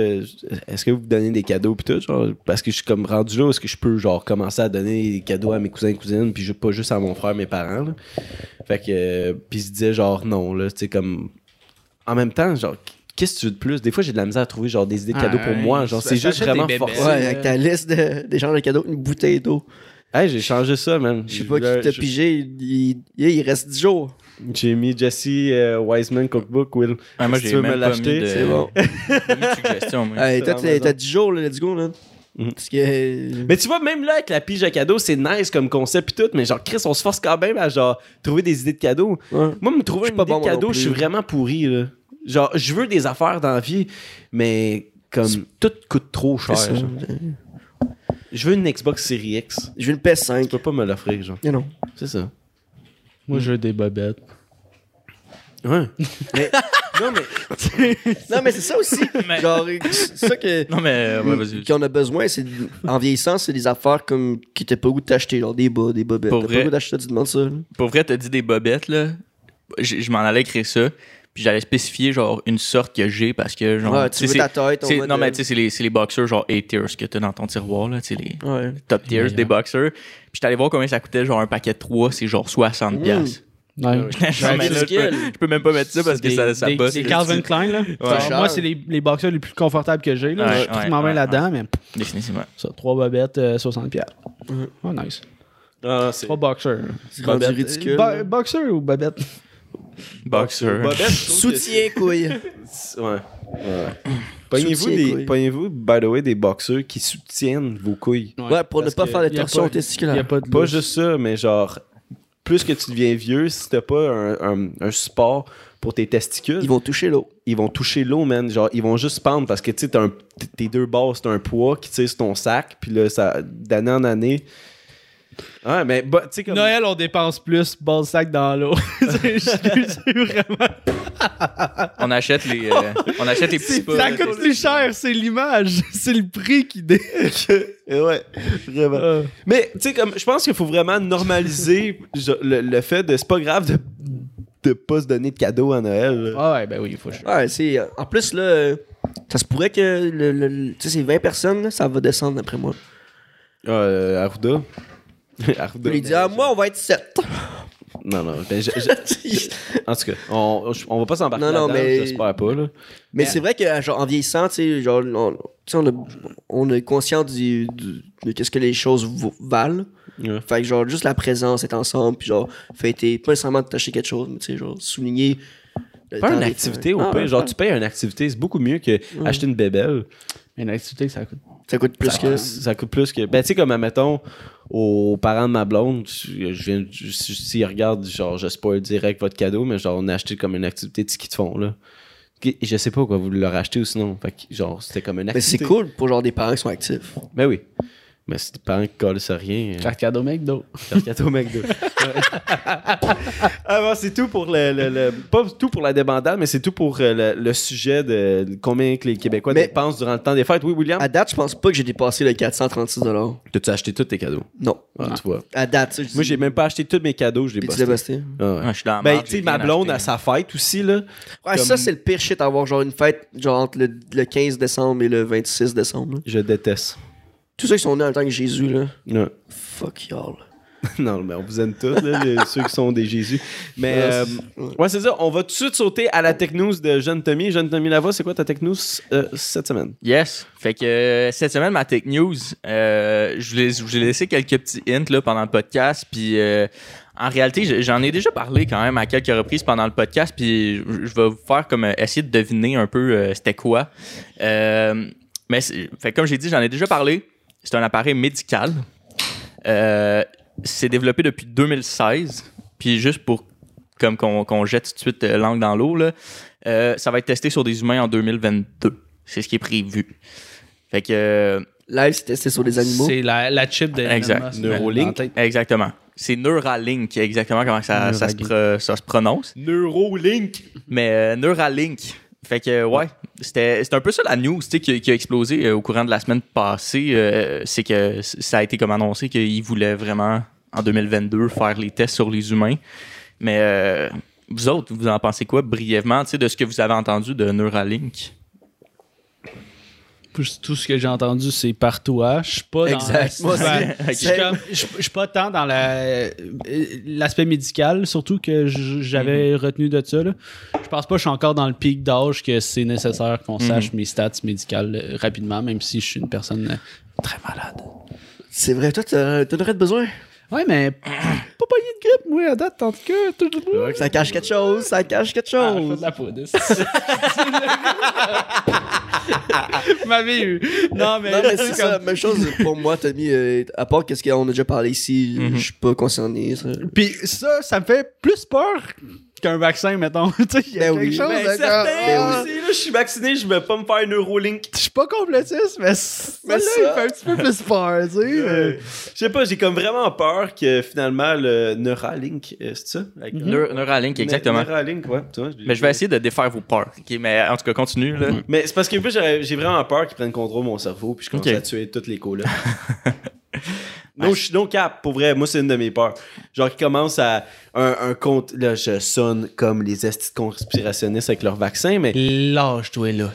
que vous donnez des cadeaux pis tout, genre... Parce que je suis comme rendu là où est-ce que je peux, genre, commencer à donner des cadeaux à mes cousins et cousines puis pas juste à mon frère, mes parents, là. Fait que... Puis il se disait, genre, non, là, tu sais, comme... En même temps, genre... Qu'est-ce que tu veux de plus? Des fois, j'ai de la misère à trouver, genre, des idées de cadeaux pour moi. Genre, c'est juste vraiment forcé. Ouais, avec ta liste des genres de cadeaux, une bouteille d'eau. Hey, j'ai changé ça, man. Je sais pas qui t'a pigé. Il reste 10 jours. J'ai mis Jesse Wiseman Cookbook, Will. Moi, si tu veux me l'acheter, c'est bon. Suggestion, moi. Hey, toi, t'as 10 jours, là, let's go, là. Parce que... Mais tu vois, même là, avec la pige à cadeaux, c'est nice comme concept pis tout, mais genre, Chris, on se force quand même à genre trouver des idées de cadeaux. Ouais. Moi, me trouver une idée de cadeau, je suis vraiment pourri, là. Genre, je veux des affaires dans la vie, mais comme tout coûte trop cher. Je veux une Xbox Series X. Je veux une PS5. Tu peux pas me l'offrir, genre. Non. C'est ça. Moi, je veux des bobettes. Ouais. Mais, non, mais c'est ça aussi. Genre, c'est ça que. Non, mais vas-y. Qu'on a besoin, c'est en vieillissant, c'est des affaires comme qui t'as pas goût de t'acheter, genre des bobettes. T'as pas goût d'acheter, tu demandes ça. Là. Pour vrai, t'as dit des bobettes, là. Je m'en allais écrire ça. Puis j'allais spécifier genre une sorte que j'ai parce que genre ouais, tu veux ta tête non mais tu sais c'est les boxers genre A-tiers que t'as dans ton tiroir là, tu sais les top tiers des boxers. Puis j'étais allé voir combien ça coûtait, genre un paquet de 3, c'est genre 60$. Ouais. Je peux même pas mettre ça parce que ça bosse. C'est Calvin Klein là. Ouais. Moi c'est les boxers les plus confortables que j'ai là. Je suis m'en vais là-dedans mais définitivement. Ça 3 bobettes 60$. Oh nice. Ah, c'est 3 boxers. C'est rendu ridicule. Boxer ou bobette? Boxer. Soutien couille. Ouais. Pognez-vous, by the way, des boxeurs qui soutiennent vos couilles. Ouais, pour ne pas faire de torsion testiculaire. Pas juste ça, mais genre, plus que tu deviens vieux, si t'as pas un support pour tes testicules, Ils vont toucher l'eau. ils vont toucher l'eau, man. Genre, ils vont juste pendre parce que, tu sais, tes deux bases, t'as un poids qui tire sur ton sac, puis là, ça, d'année en année... Ouais, mais, tu sais, comme... Noël, on dépense plus, ball sac dans l'eau. c'est vraiment... On achète les petits pas. Ça coûte plus cher, c'est l'image. C'est le prix qui Ouais, vraiment. Mais, tu sais, comme, je pense qu'il faut vraiment normaliser le fait de... C'est pas grave de pas se donner de cadeaux à Noël. Là. Ah ouais, ben oui, il faut... Ouais, c'est... En plus, là, ça se pourrait que tu sais, ces 20 personnes, là, ça va descendre, d'après moi. Arruda. Il lui dit, moi, on va être 7. Non, ben, en tout cas, on va pas s'embarquer Non, là-dedans, mais- j'espère pas, là. Mais c'est vrai que, genre, en vieillissant, tu sais, genre, on est conscient de qu'est-ce que les choses valent. Ouais. Fait que, genre, juste la présence, être ensemble, puis genre, fêter, pas nécessairement de t'acheter quelque chose, mais tu sais, genre, souligner. le Pas temps une des activité fêtes. au Ah, pire. ouais, Genre, ouais. tu payes une activité, c'est beaucoup mieux que acheter une bébelle. Une activité, ça coûte... Ça coûte plus que. Ça coûte plus que. Ben, tu sais, comme, admettons, aux parents de ma blonde, s'ils regardent, genre, je spoil direct votre cadeau, mais genre, on a acheté comme une activité de ski de fond, là. Je sais pas quoi vous leur achetez ou sinon. Fait que, genre, c'était comme une Mais activité. c'est cool pour, genre, des parents qui sont actifs. Ben oui. Mais c'est des parents qui collent sur rien. Carte cadeau McDo. Carte cadeau McDo. Ah bon, c'est tout pour pas tout pour la débandade, mais c'est tout pour le sujet de combien que les Québécois Mais- dépensent durant le temps des fêtes. Oui, William? À date, je pense pas que j'ai dépassé le 436$. T'as-tu acheté tous tes cadeaux? Non. Ah, tu vois. À date, ça, je Moi, dis- j'ai même pas acheté tous mes cadeaux, je les Puis tu bossé. l'as busté. Ah ouais. Ouais, je suis dans la Ben, marde, tu sais, j'ai ma rien blonde acheté. à sa fête aussi, là. Ouais, Comme- ça, c'est le pire shit, avoir genre une fête, genre entre le 15 décembre et le 26 décembre. là. Je déteste. Tous ceux qui sont nés en même temps que Jésus, là. Ouais. Fuck y'all. Non, mais on vous aime tous, là, ceux qui sont des Jésus. Mais, Ouais, ouais, c'est ça. On va tout de suite sauter à la technews de Jeune Tommy. Jeune Tommy Lava, c'est quoi ta technews cette semaine? Yes. Fait que cette semaine, ma tech news, je vous ai laissé quelques petits hints là, pendant le podcast. Puis en réalité, j'en ai déjà parlé quand même à quelques reprises pendant le podcast. Puis je vais vous faire comme essayer de deviner un peu c'était quoi. Mais fait que comme j'ai dit, j'en ai déjà parlé. C'est un appareil médical. C'est développé depuis 2016. Puis juste pour comme qu'on jette tout de suite l'angle dans l'eau, là, ça va être testé sur des humains en 2022. C'est ce qui est prévu. Fait que... Live, c'est testé sur des animaux. C'est la chip de Exact. Elon Musk, Neuralink. dans la tête. Exactement. C'est Neuralink, exactement comment ça se prononce. Neuralink. Mais Neuralink. Fait que, ouais, c'est un peu ça la news qui a explosé au courant de la semaine passée. C'est que ça a été comme annoncé qu'ils voulaient vraiment, en 2022, faire les tests sur les humains. Mais vous autres, vous en pensez quoi brièvement de ce que vous avez entendu de Neuralink? Tout ce que j'ai entendu, c'est par toi. Je suis pas dans... Exact. Moi aussi. Ben, je suis pas tant dans l'aspect médical, surtout que j'avais retenu de ça. Là. Je pense pas que je suis encore dans le pic d'âge que c'est nécessaire qu'on sache mes stats médicales rapidement, même si je suis une personne très malade. C'est vrai, toi, t'en aurais besoin. Ouais, mais pas pogné de grippe, moi, à date, en tout cas. Ça cache quelque chose, ça cache quelque Ah, je fais chose. de la poudre. Vous m'avez eu. Non, mais C'est ça, même chose pour moi, Tommy. À part qu'est-ce qu'on a déjà parlé ici, je suis pas concerné. Ça. Puis ça me fait plus peur qu'un vaccin, mettons. Tu sais, il y a Ben quelque oui. chose Ben, de certain comme, aussi, là, je suis vacciné, je vais pas me faire Neuralink. Je suis pas complotiste, mais celle-là, ça- il fait un petit peu plus peur, tu sais. Je sais pas, j'ai comme vraiment peur que finalement le Neuralink, c'est ça? Avec- Neuralink, exactement. Neuralink, ouais. Tu vois, Mais je vais essayer de défaire vos peurs. OK, mais en tout cas, continue. Là. Mais c'est parce que plus j'ai vraiment peur qu'ils prennent contrôle de mon cerveau puis je commence Ok. à tuer toutes les colocs. No cap, pour vrai, moi c'est une de mes peurs. Genre qu'ils commencent à un compte, là je sonne comme les estis conspirationnistes avec leur vaccin, mais Lâche-toi là.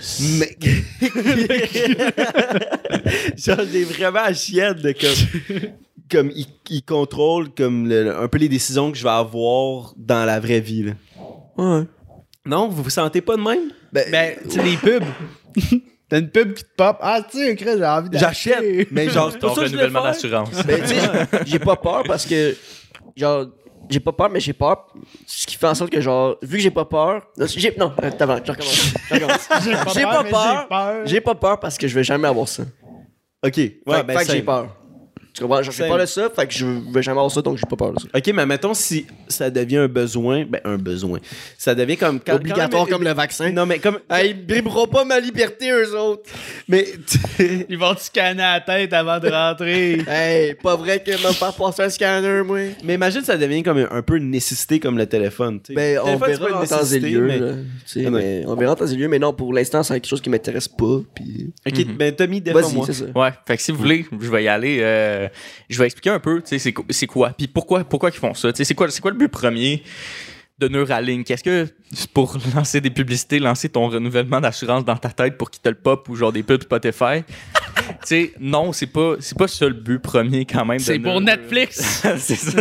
genre j'ai vraiment à chienne de comme ils contrôlent comme un peu les décisions que je vais avoir dans la vraie vie là. Ouais. Non, vous vous sentez pas de même? Ben, tu sais, les pubs. T'as une pub qui te pop. Ah, tu sais, Chris, j'ai envie d'acheter. J'achète, mais genre c'est Ton pour ça que je le renouvellement fais. d'assurance. Mais tu sais, j'ai pas peur parce que, genre, j'ai pas peur, mais j'ai peur. Ce qui fait en sorte que, genre, vu que j'ai pas peur. Non, attends, je recommence. J'ai pas peur. J'ai pas peur parce que je vais jamais avoir ça. OK, ouais, Fait que j'ai peur. Tu comprends? Genre, j'ai peur de ça, fait que je vais jamais avoir ça, donc j'ai pas peur de ça. OK, mais mettons si ça devient un besoin, un besoin. Ça devient comme... Obligatoire comme le vaccin. Non, mais comme... Ils brimeront pas ma liberté, eux autres. Mais... Ils vont te scanner la tête avant de rentrer. Hey, pas vrai que me faire passer un scanner, moi. Mais imagine ça devient comme un peu une nécessité comme le téléphone. T'sais. Ben, on Téléphone, c'est pas verra une en temps et nécessité, lieu. mais- Là, mais on verra en temps et lieu, mais non, pour l'instant, c'est quelque chose qui m'intéresse pas. Puis... OK, ben Tommy, Vas-y, défends-moi. c'est ça. Ouais, fait que si vous voulez, je vais y aller. Je vais expliquer un peu, tu sais, c'est quoi, puis pourquoi ils font ça. Tu sais, c'est quoi le but premier de Neuralink? Est-ce que c'est pour lancer des publicités, lancer ton renouvellement d'assurance dans ta tête pour qu'il te le pop ou genre des pubs Spotify? Tu sais, non, c'est pas ça le but premier quand même. C'est pour Netflix. C'est ça.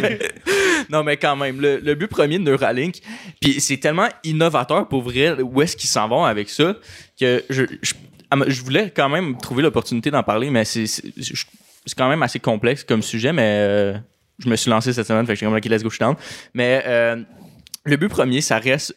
Non, mais quand même, le but premier de Neuralink, puis c'est tellement innovateur pour vrai, où est-ce qu'ils s'en vont avec ça, que je voulais quand même trouver l'opportunité d'en parler, mais c'est quand même assez complexe comme sujet, mais je me suis lancé cette semaine, fait que je suis comme, OK, let's go, je suis down. Mais le but premier, ça reste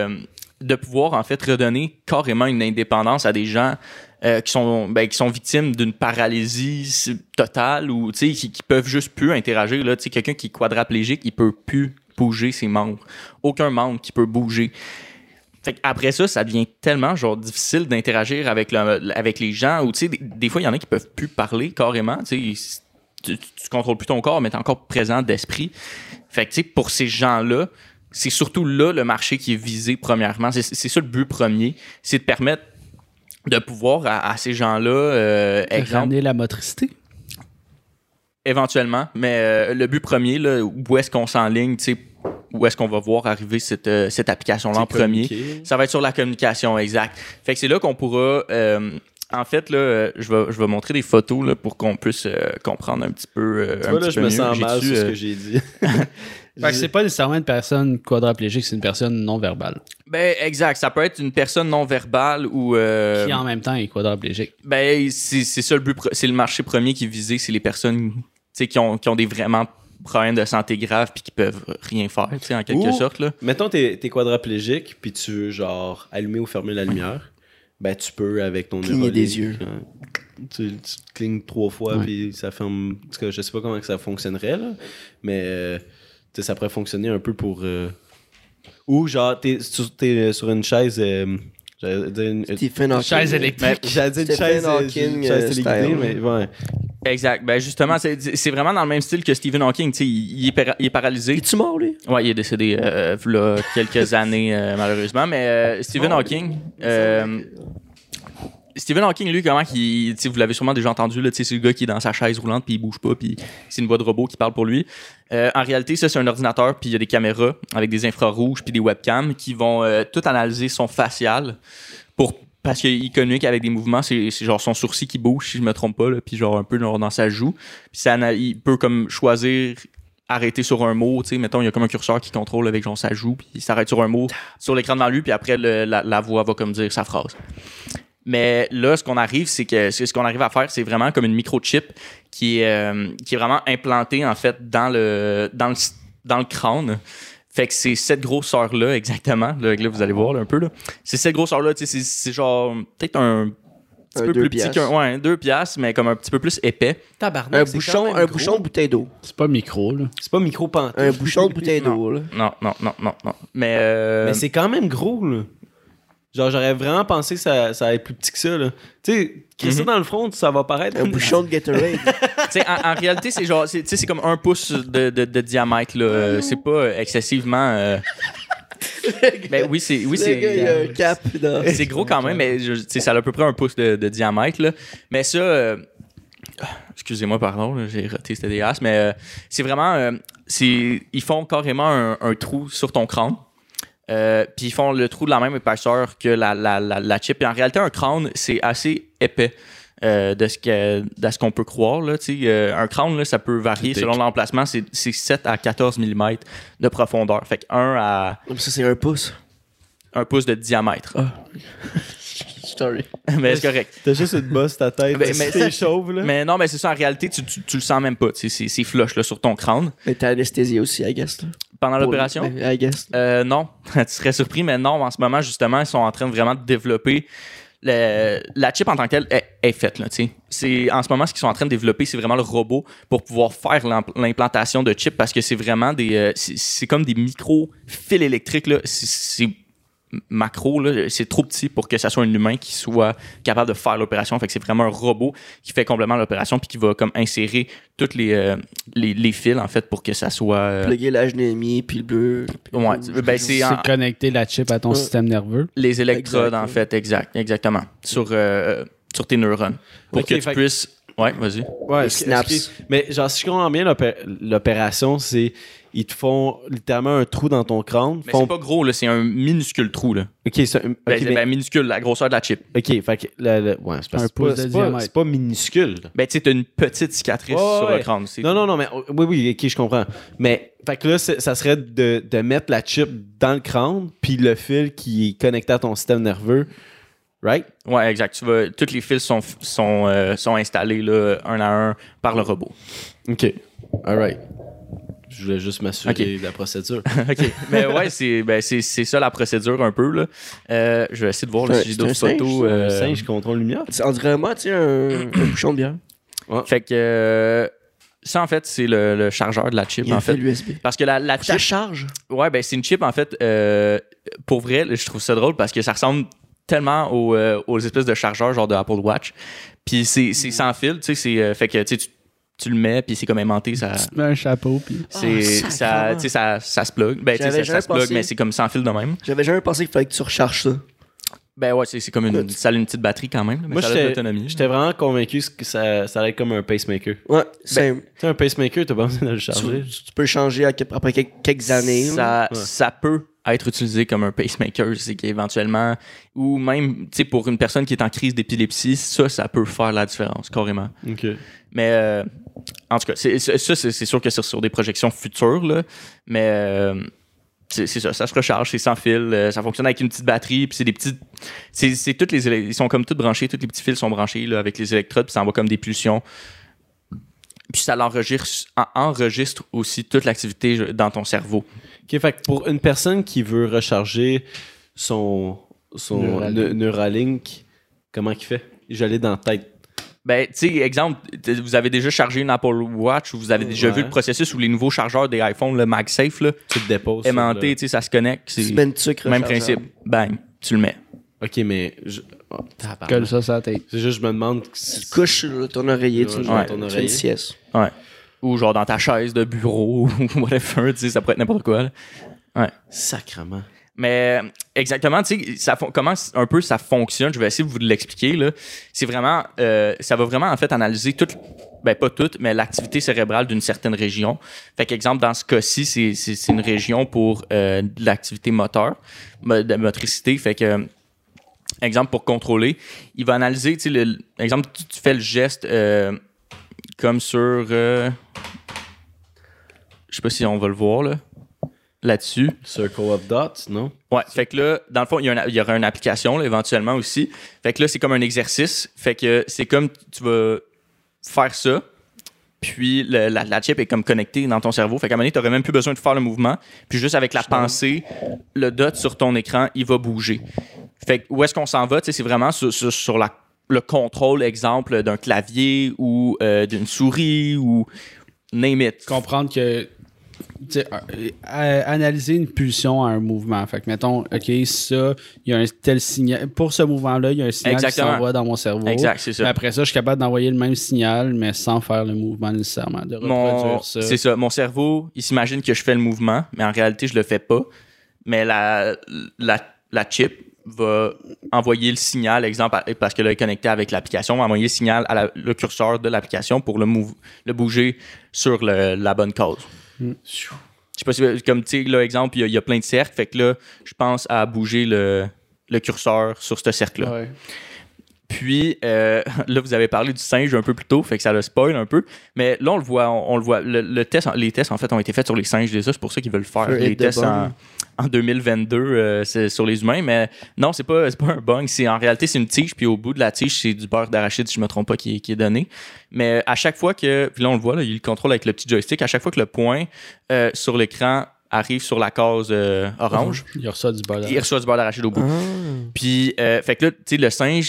de pouvoir, en fait, redonner carrément une indépendance à des gens qui sont victimes d'une paralysie totale ou qui peuvent juste plus interagir. Là, quelqu'un qui est quadraplégique, il peut plus bouger ses membres. Aucun membre qui peut bouger. Fait après ça devient tellement genre difficile d'interagir avec les gens ou des fois il y en a qui peuvent plus parler carrément, tu contrôles plus ton corps mais t'es encore présent d'esprit. Fait que pour ces gens-là, c'est surtout là le marché qui est visé premièrement. C'est ça le but premier, c'est de permettre de pouvoir à ces gens-là Ramener la motricité. Éventuellement, mais le but premier, là, où est-ce qu'on s'enligne, où est-ce qu'on va voir arriver cette application-là en premier? Ça va être sur la communication, exact. Fait que c'est là qu'on pourra... en fait, là, je vais montrer des photos là, pour qu'on puisse comprendre un petit peu Tu vois, là, je me sens mal sur sur ce que j'ai dit. Fait que c'est pas nécessairement une personne quadraplégique, c'est une personne non verbale. Ben, exact. Ça peut être une personne non verbale ou... Qui en même temps est quadraplégique. Ben, c'est ça le but. C'est le marché premier qui est visé, c'est les personnes qui ont des vraiment problèmes de santé graves puis qui peuvent rien faire, en quelque sorte. Là. Mettons, t'es quadraplégique puis tu veux, genre, allumer ou fermer la lumière. Ben, tu peux avec ton Cligner Neuralink. des yeux. Tu clignes 3 fois puis ça ferme... En tout cas, je sais pas comment que ça fonctionnerait, là. Mais... ça pourrait fonctionner un peu pour... Ou genre, t'es sur une chaise... j'allais dire Stephen Hawking. Chaise électrique. J'allais dire une Stephen chaise Hawking, téléguidée, style. mais ouais. Exact. Ben justement, c'est vraiment dans le même style que Stephen Hawking. Il est paralysé. Es-tu mort, lui? Ouais, il est décédé là, quelques années, malheureusement. Mais Stephen Hawking... Stephen Hawking, lui, comment qu'il, vous l'avez sûrement déjà entendu, là, c'est le gars qui est dans sa chaise roulante puis il bouge pas puis c'est une voix de robot qui parle pour lui. En réalité, ça, c'est un ordinateur puis il y a des caméras avec des infrarouges puis des webcams qui vont tout analyser son facial parce qu'il communique avec des mouvements. C'est genre son sourcil qui bouge, si je me trompe pas, là, puis genre un peu dans sa joue. Puis il peut comme choisir arrêter sur un mot, tu sais, mettons, il y a comme un curseur qui contrôle avec genre sa joue puis il s'arrête sur un mot sur l'écran devant lui puis après la voix va comme dire sa phrase. Mais là, ce qu'on arrive à faire, c'est vraiment comme une microchip qui est vraiment implantée en fait dans le crâne. Fait que c'est cette grosseur-là, exactement. Là, vous allez voir là, un peu. Là. C'est cette grosseur-là, c'est genre peut-être un petit peu plus petit qu'un 2 piastres, mais comme un petit peu plus épais. Tabarnak, Un bouchon de bouteille d'eau. C'est pas micro, là. C'est pas micro-pantoufle. Un bouchon de bouteille d'eau, là. Non. Mais c'est quand même gros, là. Genre, j'aurais vraiment pensé que ça allait être plus petit que ça, là. Tu sais, créer ça dans le front, ça va paraître... Un bouchon de Gatorade. en réalité, c'est genre... c'est comme 1 pouce de diamètre, là. C'est pas excessivement... Ben oui, c'est... Le gars, il a un cap. C'est gros quand même, mais ça a à peu près 1 pouce de diamètre, là. Mais ça... excusez-moi, pardon, là, j'ai raté cette dégueulasse, mais c'est vraiment... ils font carrément un trou sur ton crâne. Puis ils font le trou de la même épaisseur que la chip. Et en réalité, un crâne, c'est assez épais de ce qu'on peut croire. Là, un crâne, là, ça peut varier selon l'emplacement. C'est 7 à 14 mm de profondeur. Fait que 1 à... Ça, c'est 1 pouce. 1 pouce de diamètre. Ah. Sorry. Mais c'est correct. T'as juste une bosse ta tête, mais c'est chauve, là. Mais non, mais c'est ça, en réalité, tu le sens même pas. C'est flush là, sur ton crâne. Mais t'as anesthésié aussi, I guess. Là. Pendant l'opération? I guess. Non, tu serais surpris, mais non, en ce moment, justement, ils sont en train de vraiment de développer... La chip en tant que telle est faite, là, tu sais. c'est en ce moment ce qu'ils sont en train de développer, c'est vraiment le robot pour pouvoir faire l'implantation de chips parce que c'est vraiment c'est comme des micro fils électriques là. C'est macro là, c'est trop petit pour que ça soit un humain qui soit capable de faire l'opération. Fait que c'est vraiment un robot qui fait complètement l'opération puis qui va comme insérer toutes les fils en fait pour que ça soit plugger l'HDMI puis le bleu. Ouais, ben C'est connecter la chip à ton système nerveux. Les électrodes Exact, en fait, exactement sur tes neurones pour que tu puisses. Ouais, vas-y. Ouais, synapses. Mais genre, si je comprends bien, l'opération, c'est ils te font littéralement un trou dans ton crâne. Mais c'est pas gros, là, c'est un minuscule trou. Là. Ok, c'est minuscule, la grosseur de la chip. ok, fait que ouais, c'est Un pouce de diamètre. c'est pas minuscule. Ben, tu sais, t'as une petite cicatrice sur le crâne. Non, mais oui, ok, je comprends. Mais fait que là, ça serait de mettre la chip dans le crâne, puis le fil qui est connecté à ton système nerveux. Right? Ouais, exact. Tous les fils sont installés là, un à un par le robot. OK. All right. Je voulais juste m'assurer de la procédure. OK. Mais ouais, c'est ça la procédure un peu. Là. Je vais essayer de voir si j'ai d'autres photos. Un singe contrôle lumière. On dirait vraiment un bouchon de bière. Ouais. Fait que ça, en fait, c'est le chargeur de la chip. Il a en fait l'USB. Parce que la Ça chip. charge. Ouais, ben c'est une chip, en fait. Pour vrai, je trouve ça drôle parce que ça ressemble tellement aux espèces de chargeurs genre de Apple Watch. Puis c'est sans fil, tu sais, fait que tu le mets puis c'est comme aimanté, ça Tu te mets un chapeau puis ça se plug. Ben tu sais ça se plug mais c'est comme sans fil de même. J'avais jamais pensé qu'il fallait que tu recharges ça. Ben ouais, c'est comme ça a une petite batterie quand même, mais Moi, ça a de l'autonomie. j'étais vraiment convaincu que ça allait être comme un pacemaker. Ouais, c'est Tu sais, un pacemaker, t'as pas besoin de le charger. tu peux le changer après quelques années. Ça peut être utilisé comme un pacemaker, c'est qu'éventuellement, ou même, tu sais, pour une personne qui est en crise d'épilepsie, ça peut faire la différence, carrément. OK. Mais, en tout cas, c'est sûr que c'est sur des projections futures, là, mais c'est ça se recharge, c'est sans fil, ça fonctionne avec une petite batterie, puis c'est des petites... C'est toutes ils sont comme tous branchés, tous les petits fils sont branchés là, avec les électrodes, puis ça envoie comme des pulsions. Puis ça enregistre aussi toute l'activité dans ton cerveau. OK, fait que pour une personne qui veut recharger son Neuralink, comment qu'il fait? J'allais dans la tête. Ben, tu sais, exemple, vous avez déjà chargé une Apple Watch ou vous avez déjà vu le processus où les nouveaux chargeurs des iPhones, le MagSafe, là, Tu te déposes. aimanté, tu sais, ça se connecte. Tu mets une sucre Même rechargeable. principe. Bang, tu le mets. OK, mais... colle ça sur la tête. C'est juste, je me demande... Tu te couches sur ton oreiller, tu Ouais, fais ton une oreiller. sieste. Ouais. Ou genre dans ta chaise de bureau ou whatever, tu sais, ça pourrait être n'importe quoi. Là. Ouais. Sacrement. Mais exactement, tu sais, comment un peu ça fonctionne, je vais essayer de vous l'expliquer. Là. C'est vraiment, ça va vraiment en fait analyser pas toute, mais l'activité cérébrale d'une certaine région. Fait qu'exemple, dans ce cas-ci, c'est une région pour de l'activité de motricité. Fait que, exemple, pour contrôler, il va analyser, tu sais, exemple, tu fais le geste comme sur... je sais pas si on va le voir, là-dessus. Circle of Dots, non? Ouais, fait que là, dans le fond, il y aura une application, là, éventuellement aussi. Fait que là, c'est comme un exercice. Fait que c'est comme tu vas faire ça, puis la chip est comme connectée dans ton cerveau. Fait qu'à un moment donné, tu n'aurais même plus besoin de faire le mouvement. Puis juste avec la pensée, le dot sur ton écran, il va bouger. Fait que où est-ce qu'on s'en va? C'est vraiment sur le contrôle, exemple, d'un clavier ou d'une souris ou name it. Comprendre que analyser une pulsion à un mouvement. Fait que mettons, OK, ça, il y a un tel signal. Pour ce mouvement-là, il y a un signal Exactement. qui s'envoie dans mon cerveau. Exact, c'est ça. Mais après ça, je suis capable d'envoyer le même signal, mais sans faire le mouvement nécessairement, de reproduire ça. C'est ça. Mon cerveau, il s'imagine que je fais le mouvement, mais en réalité, je le fais pas. Mais la chip va envoyer le signal, exemple, parce qu'elle est connectée avec l'application, va envoyer le signal à le curseur de l'application pour le bouger sur la bonne cause. Je sais pas si, comme tu sais, là, exemple, il y a plein de cercles, fait que là, je pense à bouger le curseur sur ce cercle-là. Ouais. Puis, là, vous avez parlé du singe un peu plus tôt, fait que ça le spoil un peu. Mais là, on le voit. Les tests, en fait, ont été faits sur les singes déjà. C'est pour ça qu'ils veulent faire les tests en 2022 c'est sur les humains. Mais non, c'est pas un bug. En réalité, c'est une tige. Puis au bout de la tige, c'est du beurre d'arachide, si je me trompe pas, qui est donné. Mais à chaque fois que... Puis là, on le voit, là, il le contrôle avec le petit joystick. À chaque fois que le point sur l'écran arrive sur la case orange, Il reçoit du beurre d'arachide. il reçoit du beurre d'arachide au bout. Puis, fait que là, tu sais, le singe...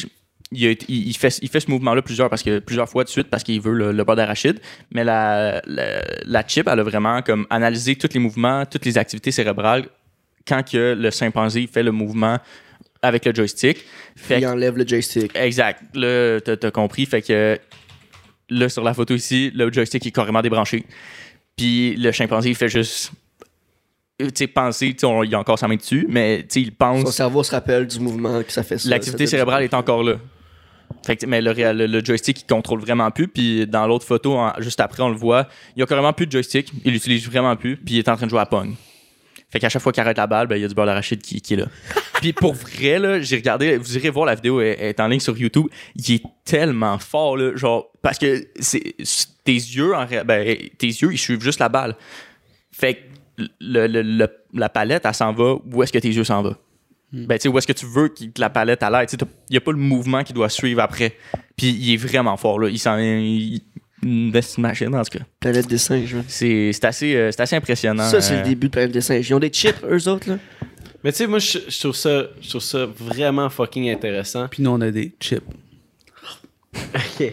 il fait ce mouvement-là plusieurs fois de suite parce qu'il veut le beurre d'arachide. Mais la chip, elle a vraiment comme analysé tous les mouvements, toutes les activités cérébrales quand que le chimpanzé fait le mouvement avec le joystick. Il enlève le joystick. Exact. Là, t'as compris. Fait que là, sur la photo ici, le joystick est carrément débranché. Puis le chimpanzé, il fait juste penser, il a encore sa main dessus, mais il pense. Son cerveau se rappelle du mouvement que ça fait ça. L'activité cérébrale est encore là. Fait que, mais le joystick, il contrôle vraiment plus. Puis dans l'autre photo, juste après, on le voit, il a carrément plus de joystick. Il l'utilise vraiment plus. Puis il est en train de jouer à Pong. Fait qu'à chaque fois qu'il arrête la balle, ben, il y a du beurre d'arachide qui est là. Puis pour vrai, là, j'ai regardé, vous irez voir la vidéo, elle est en ligne sur YouTube. Il est tellement fort, là, genre, parce que tes yeux, ils suivent juste la balle. Fait que la palette, elle s'en va où est-ce que tes yeux s'en vont. Ben, tu sais, où est-ce que tu veux que la palette aille. Il n'y a pas le mouvement qui doit suivre après. Puis il est vraiment fort, là. Une belle machine, en tout cas. Planète des singes. C'est assez impressionnant. Ça, c'est le début de Planète des singes. Ils ont des chips, eux autres, là. Mais tu sais, moi, je trouve ça vraiment fucking intéressant. Puis nous, on a des chips. OK.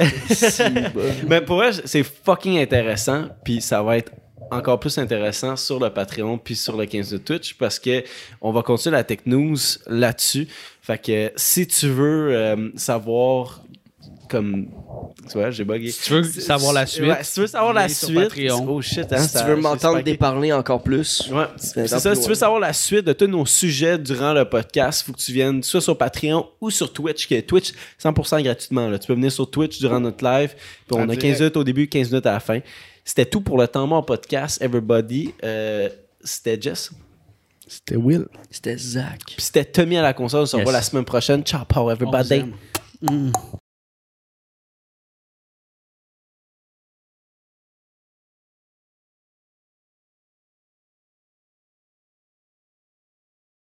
Mais pour vrai, c'est fucking intéressant. Puis ça va être encore plus intéressant sur le Patreon puis sur le 15 de Twitch parce que on va continuer la tech news là-dessus. Fait que si tu veux savoir comme tu vois, j'ai bugué. Si tu veux savoir la suite. Ouais, si tu veux savoir la suite, Patreon. oh shit, hein, si tu veux m'entendre déparler encore plus. Ouais, c'est ça. Si tu veux savoir la suite de tous nos sujets durant le podcast, il faut que tu viennes soit sur Patreon ou sur Twitch, qui est Twitch 100% gratuitement. Là. Tu peux venir sur Twitch durant notre live. Puis on a 15 minutes au début, 15 minutes à la fin. C'était tout pour le temps mort podcast, everybody. C'était Jess. C'était Will. C'était Zach. Puis c'était Tommy à la console. On se revoit la semaine prochaine. Ciao, power, everybody.